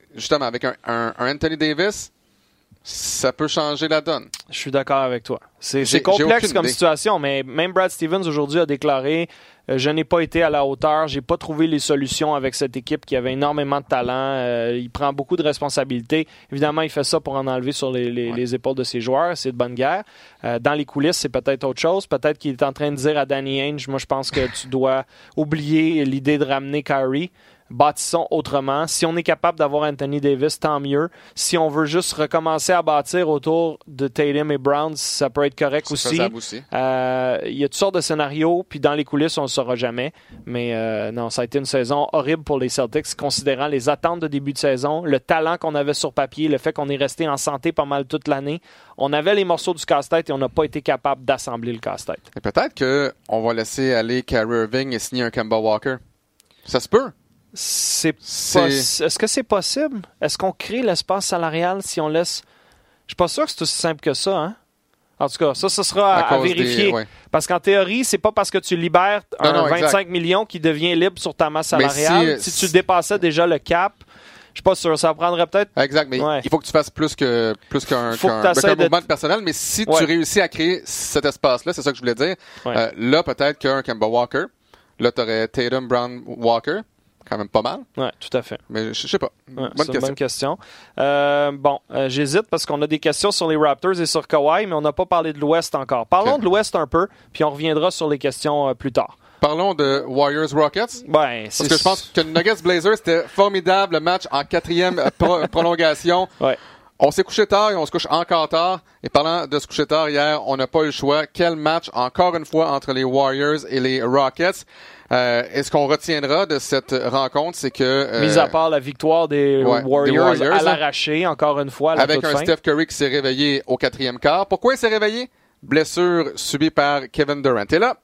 un Anthony Davis, ça peut changer la donne. Je suis d'accord avec toi. C'est complexe comme situation, mais même Brad Stevens aujourd'hui a déclaré je n'ai pas été à la hauteur, j'ai pas trouvé les solutions avec cette équipe qui avait énormément de talent. Il prend beaucoup de responsabilités. Évidemment, il fait ça pour en enlever sur les épaules de ses joueurs. C'est de bonne guerre. Dans les coulisses, c'est peut-être autre chose. Peut-être qu'il est en train de dire à Danny Ainge, moi je pense que tu dois oublier l'idée de ramener Kyrie. Bâtissons autrement. Si on est capable d'avoir Anthony Davis, tant mieux. Si on veut juste recommencer à bâtir autour de Tatum et Brown, ça peut être correct aussi. Il y a toutes sortes de scénarios, puis dans les coulisses, on ne le saura jamais. Mais non, ça a été une saison horrible pour les Celtics, considérant les attentes de début de saison, le talent qu'on avait sur papier, le fait qu'on est resté en santé pas mal toute l'année. On avait les morceaux du casse-tête et on n'a pas été capable d'assembler le casse-tête. Et peut-être qu'on va laisser aller Kyrie Irving et signer un Kemba Walker. Ça se peut. Est-ce que c'est possible? Est-ce qu'on crée l'espace salarial si on laisse... Je suis pas sûr que c'est aussi simple que ça, hein? En tout cas, ça sera à vérifier. Parce qu'en théorie, c'est pas parce que tu libères un 25 millions qui devient libre sur ta masse salariale. Si tu dépassais déjà le cap, je suis pas sûr. Ça prendrait peut-être... Exact, mais il faut que tu fasses plus qu'un mouvement personnel. Mais si tu réussis à créer cet espace-là, c'est ça que je voulais dire, là, peut-être qu'un Kemba Walker, là, tu aurais Tatum, Brown, Walker, quand même pas mal. Oui, tout à fait. Mais je sais pas. C'est une bonne question. J'hésite parce qu'on a des questions sur les Raptors et sur Kawhi, mais on n'a pas parlé de l'Ouest encore. Parlons de l'Ouest un peu, puis on reviendra sur les questions plus tard. Parlons de Warriors-Rockets. Parce que je pense que Nuggets-Blazers, c'était formidable, le match en 4e prolongation. On s'est couché tard et on se couche encore tard. Et parlant de se coucher tard hier, on n'a pas eu le choix. Quel match, encore une fois, entre les Warriors et les Rockets. Et ce qu'on retiendra de cette rencontre, c'est que... mis à part la victoire des Warriors à l'arraché, encore une fois, à la avec un Steph Curry qui s'est réveillé au 4e quart. Pourquoi il s'est réveillé? Blessure subie par Kevin Durant. Et là,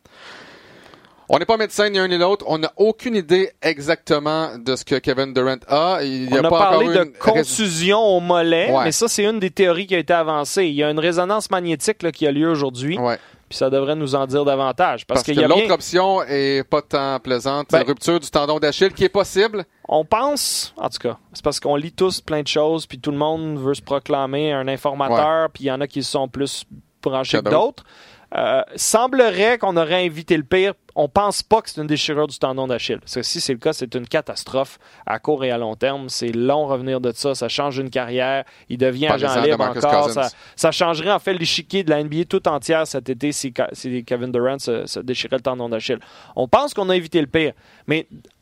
on n'est pas médecin ni un ni l'autre. On n'a aucune idée exactement de ce que Kevin Durant a. On a parlé de contusion au mollet, mais ça, c'est une des théories qui a été avancée. Il y a une résonance magnétique là, qui a lieu aujourd'hui. Puis ça devrait nous en dire davantage. Parce que l'autre option est pas tant plaisante. La rupture du tendon d'Achille qui est possible. On pense, en tout cas, c'est parce qu'on lit tous plein de choses, puis tout le monde veut se proclamer un informateur, puis il y en a qui sont plus branchés que d'autres. Semblerait qu'on aurait évité le pire. On pense pas que c'est une déchirure du tendon d'Achille. Parce que si c'est le cas, c'est une catastrophe à court et à long terme. C'est long revenir de ça. Ça change une carrière. Il devient agent libre encore. Ça changerait en fait l'échiquier de la NBA tout entière cet été si Kevin Durant se déchirait le tendon d'Achille. On pense qu'on a évité le pire. Mais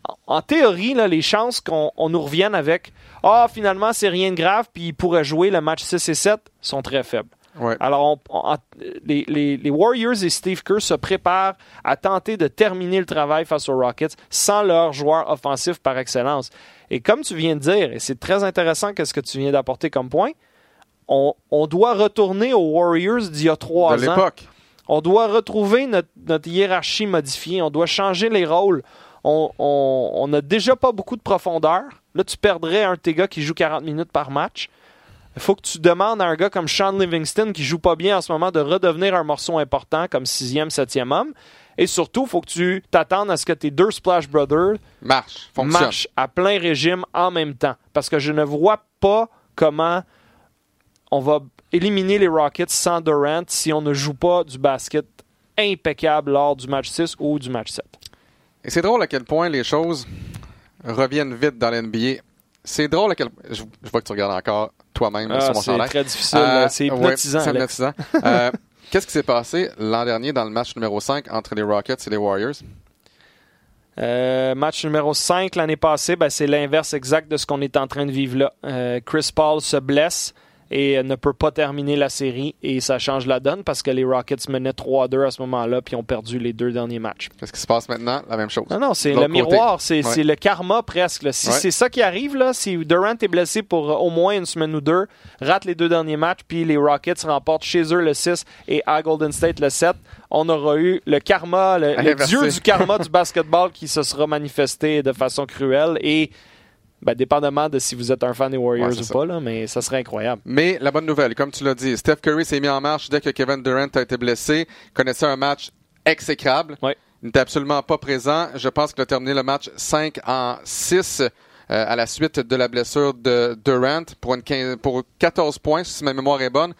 en théorie, là, les chances qu'on nous revienne avec « Ah, finalement, c'est rien de grave, puis ils pourraient jouer le match 6 et 7 » sont très faibles. Ouais. Alors, les Warriors et Steve Kerr se préparent à tenter de terminer le travail face aux Rockets sans leur joueur offensif par excellence. Et comme tu viens de dire, et c'est très intéressant ce que tu viens d'apporter comme point, on doit retourner aux Warriors d'il y a 3 ans. De l'époque. On doit retrouver notre hiérarchie modifiée. On doit changer les rôles. On n'a déjà pas beaucoup de profondeur. Là, tu perdrais un de tes gars qui joue 40 minutes par match. Il faut que tu demandes à un gars comme Sean Livingston, qui joue pas bien en ce moment, de redevenir un morceau important comme 6e, 7e homme. Et surtout, il faut que tu t'attendes à ce que tes 2 Splash Brothers marchent à plein régime en même temps. Parce que je ne vois pas comment on va éliminer les Rockets sans Durant si on ne joue pas du basket impeccable lors du match 6 ou du match 7. Et c'est drôle à quel point les choses reviennent vite dans l'NBA. C'est drôle à quel point... Je vois que tu regardes encore toi-même sur mon chandail. C'est très difficile. C'est hypnotisant. Ouais, c'est hypnotisant. Qu'est-ce qui s'est passé l'an dernier dans le match numéro 5 entre les Rockets et les Warriors? Match numéro 5 l'année passée, c'est l'inverse exact de ce qu'on est en train de vivre là. Chris Paul se blesse et ne peut pas terminer la série et ça change la donne parce que les Rockets menaient 3-2 à ce moment-là puis ont perdu les 2 derniers matchs. Qu'est-ce qui se passe maintenant? La même chose. Non, c'est le miroir, c'est le karma presque. Là. Si c'est ça qui arrive, là, si Durant est blessé pour au moins une semaine ou 2, rate les 2 derniers matchs puis les Rockets remportent chez eux le 6 et à Golden State le 7, on aura eu le karma, le dieu du karma du basketball qui se sera manifesté de façon cruelle et dépendamment de si vous êtes un fan des Warriors ou pas, là, mais ça serait incroyable. Mais la bonne nouvelle, comme tu l'as dit, Steph Curry s'est mis en marche dès que Kevin Durant a été blessé. Il connaissait un match exécrable. Ouais. Il n'était absolument pas présent. Je pense qu'il a terminé le match 5-6 à la suite de la blessure de Durant pour 14 points, si ma mémoire est bonne.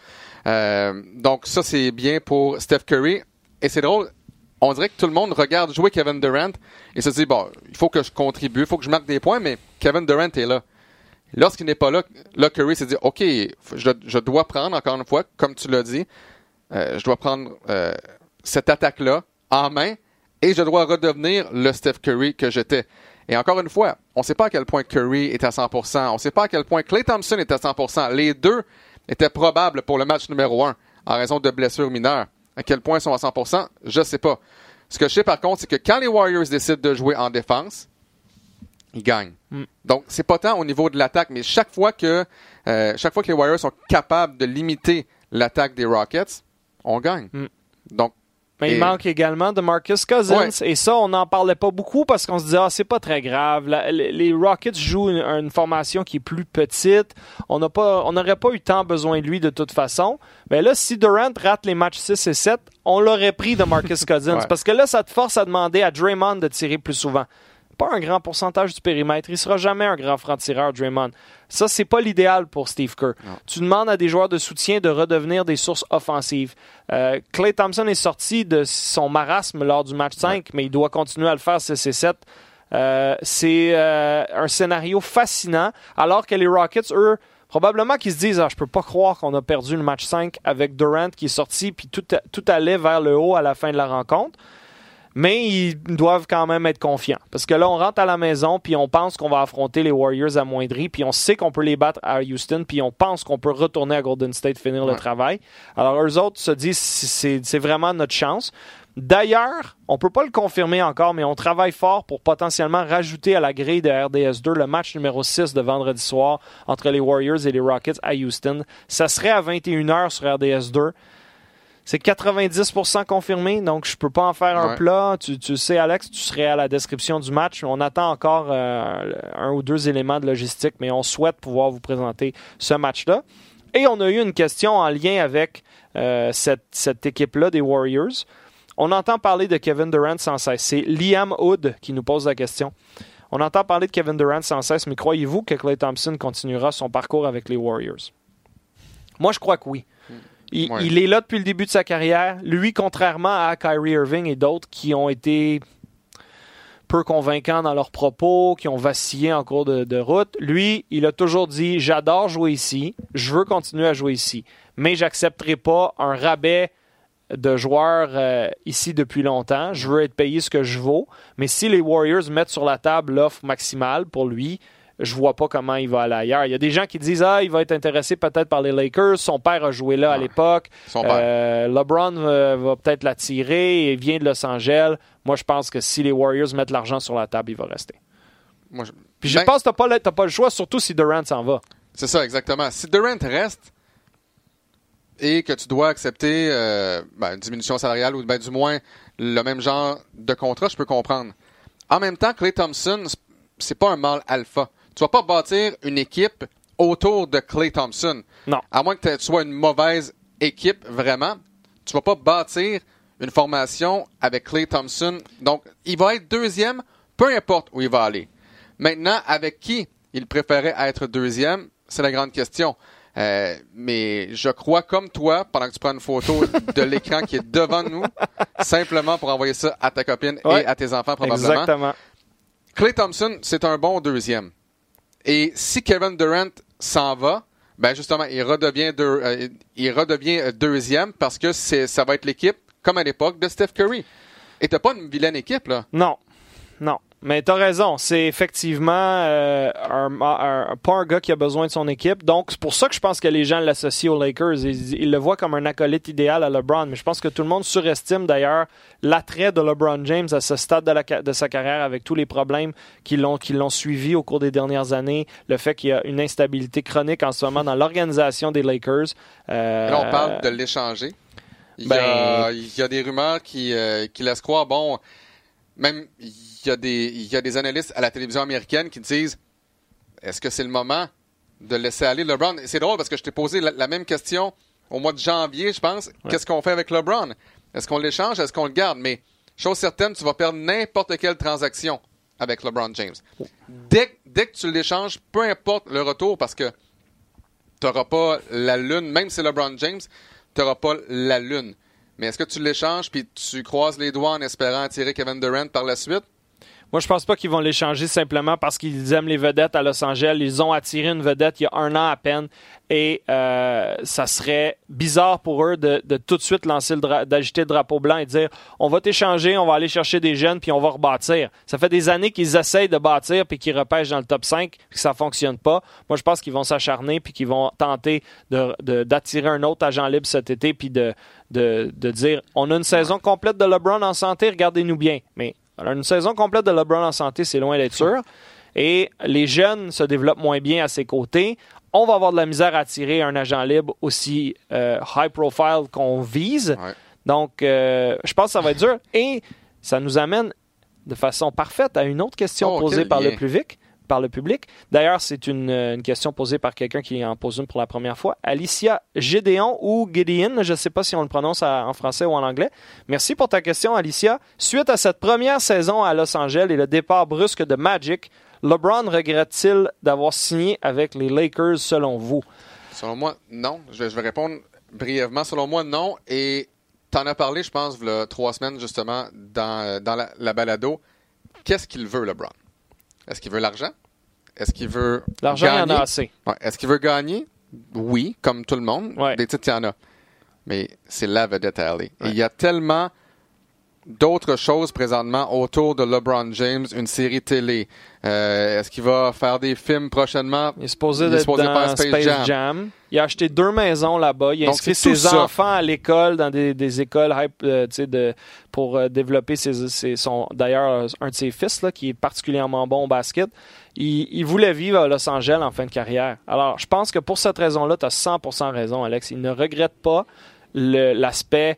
Donc ça, c'est bien pour Steph Curry. Et c'est drôle, on dirait que tout le monde regarde jouer Kevin Durant et se dit, il faut que je contribue, il faut que je marque des points, mais Kevin Durant est là. Lorsqu'il n'est pas là, Curry s'est dit, OK, je dois prendre, encore une fois, comme tu l'as dit, je dois prendre cette attaque-là en main et je dois redevenir le Steph Curry que j'étais. Et encore une fois, on ne sait pas à quel point Curry est à 100%, on ne sait pas à quel point Klay Thompson est à 100%. Les deux étaient probables pour le match numéro 1 en raison de blessures mineures. À quel point ils sont à 100%, je ne sais pas. Ce que je sais par contre, c'est que quand les Warriors décident de jouer en défense, ils gagnent. Donc, c'est pas tant au niveau de l'attaque, mais chaque fois que les Warriors sont capables de limiter l'attaque des Rockets, on gagne. Donc, mais il manque également de Marcus Cousins. Ouais. Et ça, on n'en parlait pas beaucoup parce qu'on se disait, c'est pas très grave. Les Rockets jouent une formation qui est plus petite. On n'aurait pas eu tant besoin de lui de toute façon. Mais là, si Durant rate les matchs 6 et 7, on l'aurait pris de Marcus Cousins. Ouais. Parce que là, ça te force à demander à Draymond de tirer plus souvent. Pas un grand pourcentage du périmètre. Il sera jamais un grand franc-tireur, Draymond. Ça, c'est pas l'idéal pour Steve Kerr. Non. Tu demandes à des joueurs de soutien de redevenir des sources offensives. Klay Thompson est sorti de son marasme lors du match 5, mais il doit continuer à le faire 6 et 7. C'est un scénario fascinant, alors que les Rockets, eux, probablement qu'ils se disent je peux pas croire qu'on a perdu le match 5 avec Durant qui est sorti puis tout allait vers le haut à la fin de la rencontre. Mais ils doivent quand même être confiants. Parce que là, on rentre à la maison, puis on pense qu'on va affronter les Warriors amoindris, puis on sait qu'on peut les battre à Houston, puis on pense qu'on peut retourner à Golden State, finir le travail. Alors, eux autres se disent c'est vraiment notre chance. D'ailleurs, on ne peut pas le confirmer encore, mais on travaille fort pour potentiellement rajouter à la grille de RDS2 le match numéro 6 de vendredi soir entre les Warriors et les Rockets à Houston. Ça serait à 21h sur RDS2. C'est 90% confirmé, donc je peux pas en faire un plat. Tu sais, Alex, tu serais à la description du match. On attend encore un ou deux éléments de logistique, mais on souhaite pouvoir vous présenter ce match-là. Et on a eu une question en lien avec cette équipe-là des Warriors. On entend parler de Kevin Durant sans cesse. C'est Liam Hood qui nous pose la question. On entend parler de Kevin Durant sans cesse, mais croyez-vous que Klay Thompson continuera son parcours avec les Warriors? Moi, je crois que oui. Il est là depuis le début de sa carrière. Lui, contrairement à Kyrie Irving et d'autres qui ont été peu convaincants dans leurs propos, qui ont vacillé en cours de route, lui, il a toujours dit « J'adore jouer ici, je veux continuer à jouer ici, mais j'accepterai pas un rabais de joueur ici depuis longtemps. Je veux être payé ce que je vaux. Mais si les Warriors mettent sur la table l'offre maximale pour lui, je vois pas comment il va aller ailleurs. Il y a des gens qui disent il va être intéressé peut-être par les Lakers. Son père a joué là à l'époque. LeBron va peut-être l'attirer. Il vient de Los Angeles. Moi, je pense que si les Warriors mettent l'argent sur la table, il va rester. Puis je pense que t'as pas le choix, surtout si Durant s'en va. C'est ça, exactement. Si Durant reste et que tu dois accepter une diminution salariale ou du moins le même genre de contrat, je peux comprendre. En même temps, Klay Thompson, c'est pas un mâle alpha. Tu vas pas bâtir une équipe autour de Klay Thompson. Non. À moins que tu sois une mauvaise équipe, vraiment. Tu vas pas bâtir une formation avec Klay Thompson. Donc, il va être deuxième, peu importe où il va aller. Maintenant, avec qui il préférait être deuxième, c'est la grande question. Mais je crois, comme toi, pendant que tu prends une photo de l'écran qui est devant nous, simplement pour envoyer ça à ta copine et à tes enfants, probablement. Exactement. Klay Thompson, c'est un bon deuxième. Et si Kevin Durant s'en va, justement, il redevient deuxième parce que ça va être l'équipe, comme à l'époque, de Steph Curry. Et t'as pas une vilaine équipe, là. Non. Mais t'as raison, c'est effectivement pas un gars qui a besoin de son équipe. Donc, c'est pour ça que je pense que les gens l'associent aux Lakers. Ils le voient comme un acolyte idéal à LeBron. Mais je pense que tout le monde surestime d'ailleurs l'attrait de LeBron James à ce stade de sa carrière avec tous les problèmes qui l'ont suivi au cours des dernières années. Le fait qu'il y a une instabilité chronique en ce moment dans l'organisation des Lakers. Là, on parle de l'échanger. Il y a des rumeurs qui laissent croire, même il y a des analystes à la télévision américaine qui disent est-ce que c'est le moment de laisser aller LeBron? Et c'est drôle parce que je t'ai posé la même question au mois de janvier, je pense. Ouais. Qu'est-ce qu'on fait avec LeBron? Est-ce qu'on l'échange? Est-ce qu'on le garde? Mais chose certaine, tu vas perdre n'importe quelle transaction avec LeBron James. Dès que tu l'échanges, peu importe le retour, parce que tu n'auras pas la lune, même si c'est LeBron James, tu n'auras pas la lune. Mais est-ce que tu l'échanges puis tu croises les doigts en espérant attirer Kevin Durant par la suite? Moi, je pense pas qu'ils vont l'échanger simplement parce qu'ils aiment les vedettes à Los Angeles. Ils ont attiré une vedette il y a 1 an à peine et ça serait bizarre pour eux de tout de suite d'agiter le drapeau blanc et de dire on va t'échanger, on va aller chercher des jeunes puis on va rebâtir. Ça fait des années qu'ils essayent de bâtir puis qu'ils repêchent dans le top 5 puis que ça fonctionne pas. Moi, je pense qu'ils vont s'acharner puis qu'ils vont tenter d'attirer un autre agent libre cet été puis de dire on a une saison complète de LeBron en santé, regardez-nous bien. Mais alors, une saison complète de LeBron en santé, c'est loin d'être sûr. Et les jeunes se développent moins bien à ses côtés. On va avoir de la misère à attirer un agent libre aussi high profile qu'on vise. Ouais. Donc, je pense que ça va être dur. Et ça nous amène de façon parfaite à une autre question posée par le public. D'ailleurs, c'est une question posée par quelqu'un qui en pose une pour la première fois. Alicia Gédéon ou Gideon, je ne sais pas si on le prononce en français ou en anglais. Merci pour ta question, Alicia. Suite à cette première saison à Los Angeles et le départ brusque de Magic, LeBron regrette-t-il d'avoir signé avec les Lakers selon vous? Selon moi, non. Je vais répondre brièvement. Selon moi, non. Et tu en as parlé, je pense, il y a 3 semaines, justement, dans la balado. Qu'est-ce qu'il veut, LeBron? Est-ce qu'il veut l'argent? Est-ce qu'il veut l'argent, gagner? Il y en a assez. Ouais. Est-ce qu'il veut gagner? Oui, comme tout le monde. Ouais. Des titres, il y en a. Mais c'est la vedette à aller. Ouais. Et il y a tellement d'autres choses présentement autour de LeBron James, une série télé. Est-ce qu'il va faire des films prochainement? Il est supposé d'être dans Space Jam. Il a acheté 2 maisons là-bas. Il a inscrit ses enfants à l'école, dans des écoles pour développer d'ailleurs, un de ses fils là, qui est particulièrement bon au basket. Il voulait vivre à Los Angeles en fin de carrière. Alors, je pense que pour cette raison-là, tu as 100% raison, Alex. Il ne regrette pas l'aspect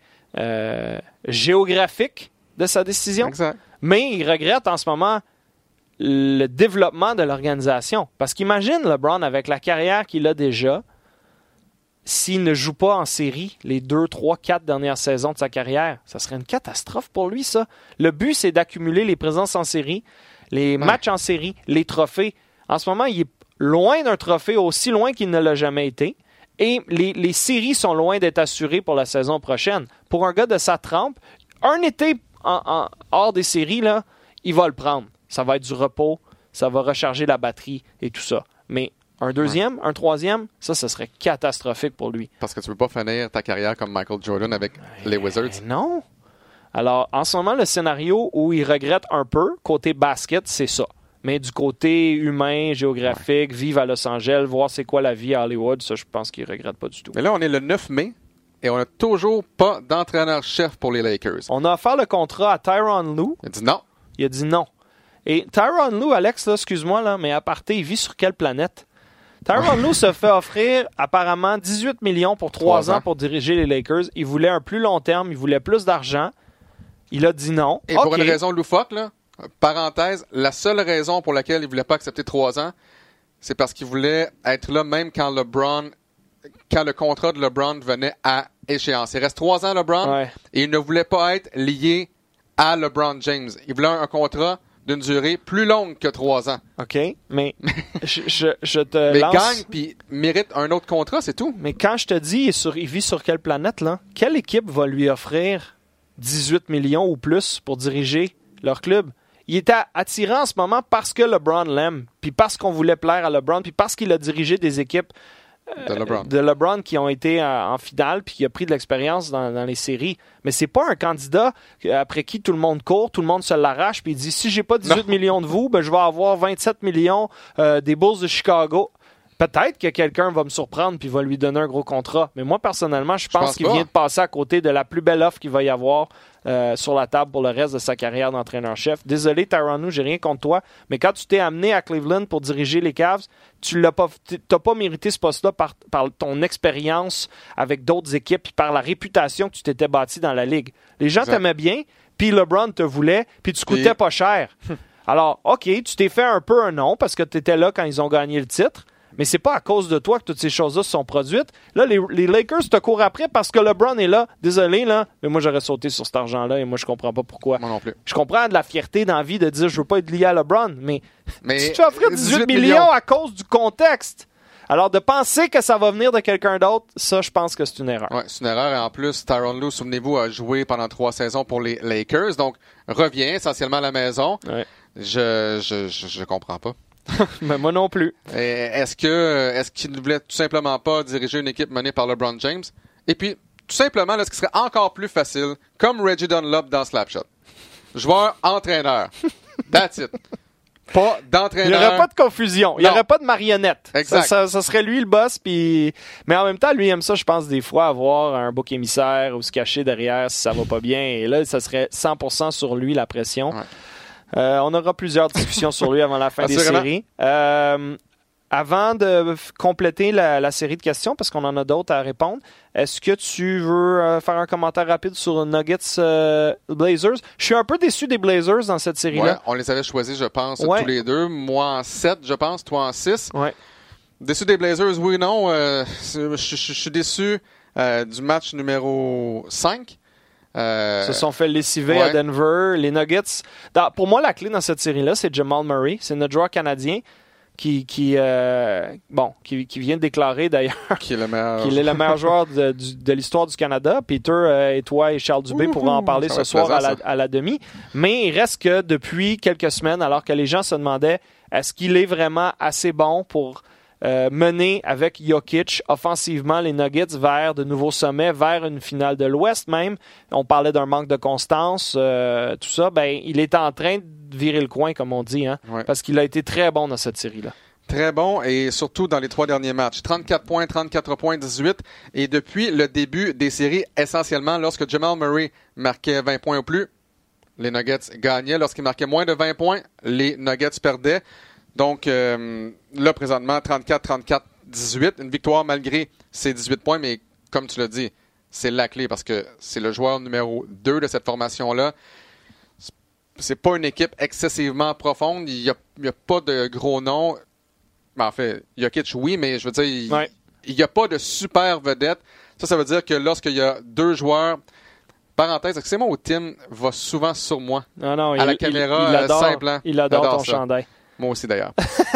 géographique de sa décision. Exact. Mais il regrette en ce moment le développement de l'organisation. Parce qu'imagine LeBron, avec la carrière qu'il a déjà, s'il ne joue pas en série les 2, 3, 4 dernières saisons de sa carrière, ça serait une catastrophe pour lui, ça. Le but, c'est d'accumuler les présences en série, les matchs en série, les trophées. En ce moment, il est loin d'un trophée, aussi loin qu'il ne l'a jamais été. Et les séries sont loin d'être assurées pour la saison prochaine. Pour un gars de sa trempe, un été hors des séries, là, il va le prendre. Ça va être du repos, ça va recharger la batterie et tout ça. Mais Un deuxième, un troisième, ça serait catastrophique pour lui. Parce que tu veux pas finir ta carrière comme Michael Jordan avec les Wizards. Non. Alors, en ce moment, le scénario où il regrette un peu, côté basket, c'est ça. Mais du côté humain, géographique, vivre à Los Angeles, voir c'est quoi la vie à Hollywood, ça, je pense qu'il regrette pas du tout. Mais là, on est le 9 mai et on n'a toujours pas d'entraîneur-chef pour les Lakers. On a offert le contrat à Tyronn Lue. Il a dit non. Il a dit non. Et Tyronn Lue, Alex, là, excuse-moi, là, mais à parté, il vit sur quelle planète? Tyronn Lue se fait offrir apparemment 18 millions pour 3 ans pour diriger les Lakers. Il voulait un plus long terme, il voulait plus d'argent. Il a dit non. Et pour une raison loufoque, là, parenthèse, la seule raison pour laquelle il ne voulait pas accepter 3 ans, c'est parce qu'il voulait être là même quand le contrat de LeBron venait à échéance. Il reste 3 ans LeBron et il ne voulait pas être lié à LeBron James. Il voulait un contrat d'une durée plus longue que 3 ans. OK, mais je te mais lance... gagne puis mérite un autre contrat, c'est tout. Mais quand je te dis il vit sur quelle planète, là? Quelle équipe va lui offrir 18 millions ou plus pour diriger leur club? Il est attirant en ce moment parce que LeBron l'aime, puis parce qu'on voulait plaire à LeBron, puis parce qu'il a dirigé des équipes de LeBron qui ont été en finale, puis qui a pris de l'expérience dans les séries. Mais c'est pas un candidat après qui tout le monde court, tout le monde se l'arrache, puis il dit si j'ai pas 18 millions de vous, ben je vais avoir 27 millions des Bulls de Chicago. Peut-être que quelqu'un va me surprendre puis va lui donner un gros contrat. Mais moi, personnellement, je pense qu'il vient de passer à côté de la plus belle offre qu'il va y avoir sur la table pour le reste de sa carrière d'entraîneur-chef. Désolé, Tyronn Lue, j'ai rien contre toi, mais quand tu t'es amené à Cleveland pour diriger les Cavs, tu n'as pas mérité ce poste-là par ton expérience avec d'autres équipes et par la réputation que tu t'étais bâti dans la Ligue. Les gens t'aimaient bien, puis LeBron te voulait, puis tu coûtais pas cher. Alors, OK, tu t'es fait un peu un nom parce que tu étais là quand ils ont gagné le titre, mais c'est pas à cause de toi que toutes ces choses-là se sont produites. Là, les Lakers te courent après parce que LeBron est là. Désolé, là, mais moi, j'aurais sauté sur cet argent-là et moi, je comprends pas pourquoi. Moi non plus. Je comprends de la fierté, d'envie de dire je veux pas être lié à LeBron, mais tu te fais offrir 18 millions à cause du contexte. Alors, de penser que ça va venir de quelqu'un d'autre, ça, je pense que c'est une erreur. Oui, c'est une erreur. Et en plus, Tyronn Lue, souvenez-vous, a joué pendant 3 saisons pour les Lakers. Donc, revient essentiellement à la maison. Ouais. Je comprends pas. Mais moi non plus. Est-ce qu'il ne voulait tout simplement pas diriger une équipe menée par LeBron James? Et puis, tout simplement, là, ce qui serait encore plus facile, comme Reggie Dunlop dans Slapshot. Joueur-entraîneur. That's it. Pas d'entraîneur. Il n'y aurait pas de confusion. Il n'y aurait pas de marionnette. Exact. Ça serait lui le boss. Mais en même temps, lui aime ça, je pense, des fois, avoir un bouc émissaire ou se cacher derrière si ça va pas bien. Et là, ça serait 100% sur lui, la pression. Ouais. On aura plusieurs discussions sur lui avant la fin des séries. Avant de compléter la série de questions, parce qu'on en a d'autres à répondre, est-ce que tu veux faire un commentaire rapide sur Nuggets Blazers? Je suis un peu déçu des Blazers dans cette série-là. Ouais, on les avait choisis, je pense, tous les deux. Moi en 7, je pense, toi en 6. Ouais. Déçu des Blazers, oui, non. Je suis déçu du match numéro 5. Se sont fait lessiver à Denver. Les Nuggets. Pour moi, la clé dans cette série-là, c'est Jamal Murray. C'est notre joueur canadien qui vient de déclarer d'ailleurs qu'il est le meilleur joueur de l'histoire du Canada. Peter et toi et Charles Dubé pourront en parler ce soir à la demi. Mais il reste que depuis quelques semaines, alors que les gens se demandaient est-ce qu'il est vraiment assez bon pour mener avec Jokic offensivement les Nuggets vers de nouveaux sommets, vers une finale de l'Ouest même. On parlait d'un manque de constance, tout ça. Ben, il est en train de virer le coin, comme on dit, parce qu'il a été très bon dans cette série-là. Très bon, et surtout dans les 3 derniers matchs. 34 points, 34 points, 18. Et depuis le début des séries, essentiellement, lorsque Jamal Murray marquait 20 points ou plus, les Nuggets gagnaient. Lorsqu'il marquait moins de 20 points, les Nuggets perdaient. Donc, là, présentement, 34-34-18. Une victoire malgré ces 18 points, mais comme tu l'as dit, c'est la clé parce que c'est le joueur numéro 2 de cette formation-là. C'est pas une équipe excessivement profonde. Il y a pas de gros noms. En fait, Jokic, oui, mais je veux dire, il n'y a pas de super vedette. Ça veut dire que lorsqu'il y a 2 joueurs... Parenthèse, c'est moi où Tim va souvent sur moi. Non, à la caméra, simple. Hein? Il adore ton chandail. Moi aussi, d'ailleurs.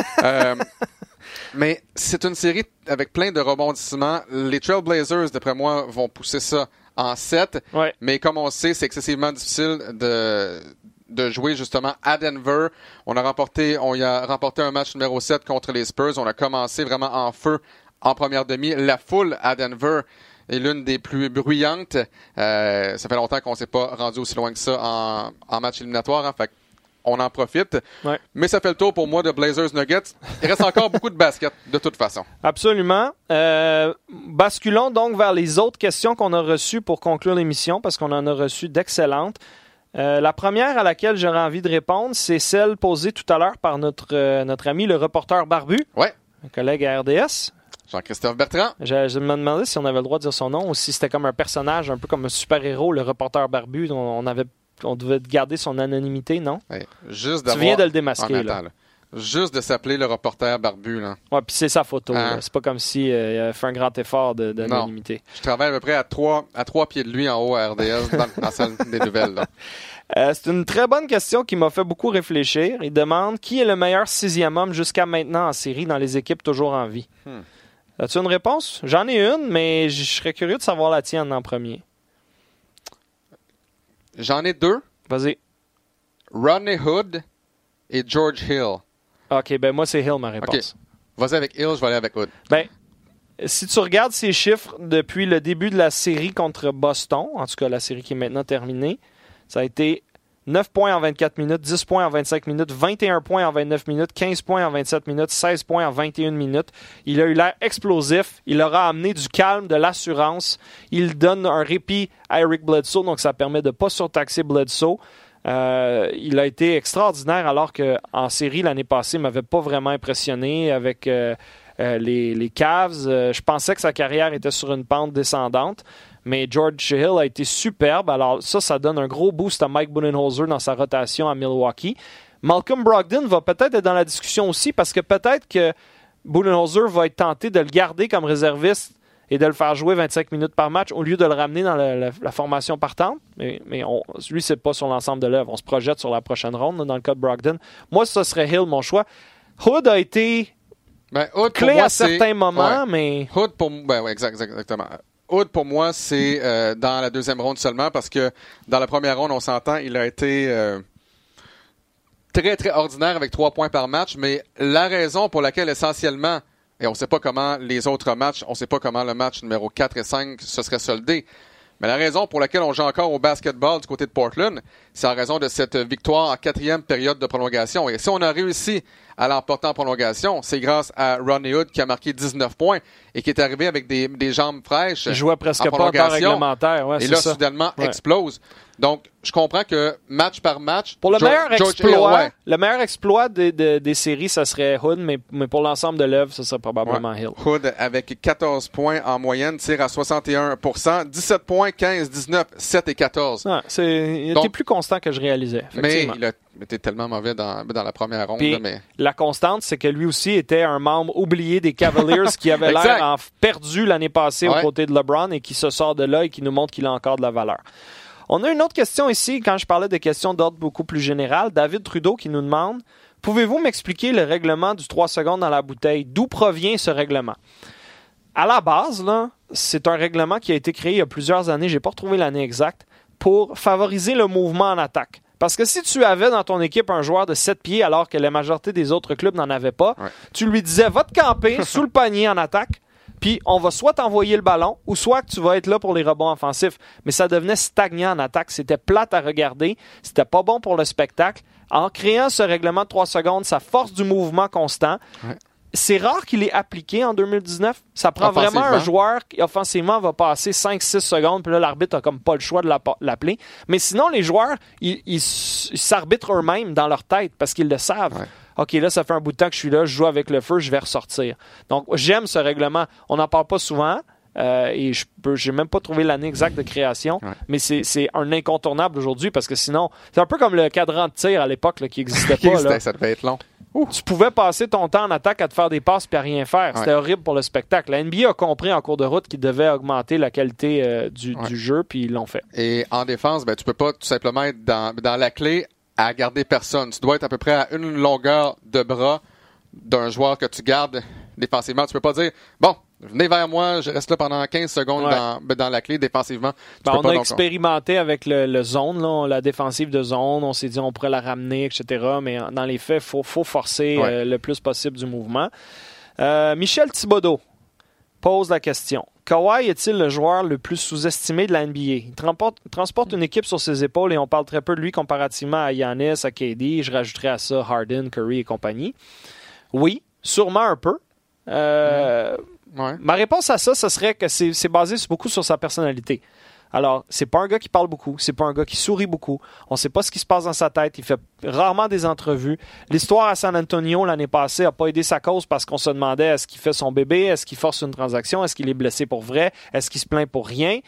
Mais c'est une série avec plein de rebondissements. Les Trailblazers, d'après moi, vont pousser ça en 7. Ouais. Mais comme on sait, c'est excessivement difficile de jouer justement à Denver. On a remporté un match numéro 7 contre les Spurs. On a commencé vraiment en feu en première demi. La foule à Denver est l'une des plus bruyantes. Ça fait longtemps qu'on ne s'est pas rendu aussi loin que ça en match éliminatoire. Hein, fait on en profite. Ouais. Mais ça fait le tour pour moi de Blazers Nuggets. Il reste encore beaucoup de basket, de toute façon. Absolument. Basculons donc vers les autres questions qu'on a reçues pour conclure l'émission, parce qu'on en a reçu d'excellentes. La première à laquelle j'aurais envie de répondre, c'est celle posée tout à l'heure par notre ami, le reporter barbu, un collègue à RDS. Jean-Christophe Bertrand. Je me demandais si on avait le droit de dire son nom ou si c'était comme un personnage, un peu comme un super-héros, le reporter barbu, dont on devait garder son anonymité, non? Oui. Tu viens de le démasquer, là. Juste de s'appeler le reporter barbu, là. Ouais, puis c'est sa photo. C'est pas comme s'il avait fait un grand effort d'anonymité. Non. Je travaille à peu près à 3 pieds de lui en haut à RDS dans la salle des nouvelles, là. C'est une très bonne question qui m'a fait beaucoup réfléchir. Il demande qui est le meilleur 6e homme jusqu'à maintenant en série dans les équipes toujours en vie. As-tu une réponse? J'en ai une, mais je serais curieux de savoir la tienne en premier. J'en ai 2. Vas-y. Rodney Hood et George Hill. OK, ben moi, c'est Hill, ma réponse. Okay. Vas-y avec Hill, je vais aller avec Hood. Ben, si tu regardes ces chiffres depuis le début de la série contre Boston, en tout cas la série qui est maintenant terminée, ça a été 9 points en 24 minutes, 10 points en 25 minutes, 21 points en 29 minutes, 15 points en 27 minutes, 16 points en 21 minutes. Il a eu l'air explosif. Il aura amené du calme, de l'assurance. Il donne un répit à Eric Bledsoe, donc ça permet de ne pas surtaxer Bledsoe. Il a été extraordinaire alors qu'en série, l'année passée, il ne m'avait pas vraiment impressionné avec les Cavs. Je pensais que sa carrière était sur une pente descendante. Mais George Hill a été superbe. Alors ça donne un gros boost à Mike Budenholzer dans sa rotation à Milwaukee. Malcolm Brogdon va peut-être être dans la discussion aussi parce que peut-être que Budenholzer va être tenté de le garder comme réserviste et de le faire jouer 25 minutes par match au lieu de le ramener dans la formation partante. Mais lui, c'est pas sur l'ensemble de l'œuvre. On se projette sur la prochaine ronde dans le cas de Brogdon. Moi, ce serait Hill, mon choix. Hood a été clé à certains moments, mais... Hood, exactement. Hood, pour moi, c'est dans la deuxième ronde seulement parce que dans la première ronde, on s'entend, il a été très, très ordinaire avec 3 points par match. Mais la raison pour laquelle, essentiellement, et on ne sait pas comment les autres matchs, on ne sait pas comment le match numéro 4 et 5 se serait soldé, mais la raison pour laquelle on joue encore au basketball du côté de Portland, c'est en raison de cette victoire en 4e période de prolongation. Et si on a réussi à l'emporter en prolongation, c'est grâce à Rodney Hood qui a marqué 19 points et qui est arrivé avec des jambes fraîches. Il jouait presque pas en temps réglementaire. Ouais, et là, soudainement, explose. Donc, je comprends que match par match... Pour le meilleur exploit des séries, ça serait Hood, mais pour l'ensemble de l'œuvre, ça serait probablement Hill. Hood, avec 14 points en moyenne, tire à 61%, 17 points, 15, 19, 7 et 14. Il était plus constant que je réalisais. Mais il a été tellement mauvais dans la première ronde. Puis, la constante, c'est que lui aussi était un membre oublié des Cavaliers qui avait l'air perdu l'année passée aux côtés de LeBron et qui se sort de là et qui nous montre qu'il a encore de la valeur. On a une autre question ici, quand je parlais de questions d'ordre beaucoup plus général. David Trudeau qui nous demande « Pouvez-vous m'expliquer le règlement du 3 secondes dans la bouteille? D'où provient ce règlement? » À la base, là, c'est un règlement qui a été créé il y a plusieurs années, je n'ai pas retrouvé l'année exacte, pour favoriser le mouvement en attaque. Parce que si tu avais dans ton équipe un joueur de 7 pieds alors que la majorité des autres clubs n'en avaient pas, tu lui disais « Va te camper sous le panier en attaque ». Puis on va soit t'envoyer le ballon ou soit que tu vas être là pour les rebonds offensifs. Mais ça devenait stagnant en attaque. C'était plate à regarder. C'était pas bon pour le spectacle. En créant ce règlement de 3 secondes, ça force du mouvement constant. C'est rare qu'il est appliqué en 2019. Ça prend vraiment un joueur qui, offensivement, va passer 5-6 secondes, puis là, l'arbitre a comme pas le choix de l'appeler. Mais sinon, les joueurs, ils s'arbitrent eux-mêmes dans leur tête parce qu'ils le savent. OK, là, ça fait un bout de temps que je suis là, je joue avec le feu, je vais ressortir. Donc, j'aime ce règlement. On n'en parle pas souvent. Et j'ai même pas trouvé l'année exacte de création, mais c'est un incontournable aujourd'hui parce que sinon, c'est un peu comme le cadran de tir à l'époque là, qui n'existait pas. Là. Ça devait être long. Tu pouvais passer ton temps en attaque à te faire des passes puis à rien faire. C'était horrible pour le spectacle. La NBA a compris en cours de route qu'ils devaient augmenter la qualité du jeu, puis ils l'ont fait. Et en défense, tu peux pas tout simplement être dans la clé à garder personne. Tu dois être à peu près à une longueur de bras d'un joueur que tu gardes défensivement. Tu peux pas dire, bon, venez vers moi, je reste là pendant 15 secondes dans la clé défensivement. On a expérimenté avec le zone, là, la défensive de zone. On s'est dit on pourrait la ramener, etc. Mais dans les faits, il faut forcer le plus possible du mouvement. Michel Thibodeau pose la question. Kawhi est-il le joueur le plus sous-estimé de la NBA? Il transporte une équipe sur ses épaules et on parle très peu de lui comparativement à Giannis, à KD. Je rajouterais à ça Harden, Curry et compagnie. Oui, sûrement un peu. Ma réponse à ça, ce serait que c'est basé beaucoup sur sa personnalité. Alors, c'est pas un gars qui parle beaucoup, c'est pas un gars qui sourit beaucoup. On sait pas ce qui se passe dans sa tête. Il fait rarement des entrevues. L'histoire à San Antonio l'année passée a pas aidé sa cause parce qu'on se demandait est-ce qu'il fait son bébé, est-ce qu'il force une transaction, est-ce qu'il est blessé pour vrai, est-ce qu'il se plaint pour rien.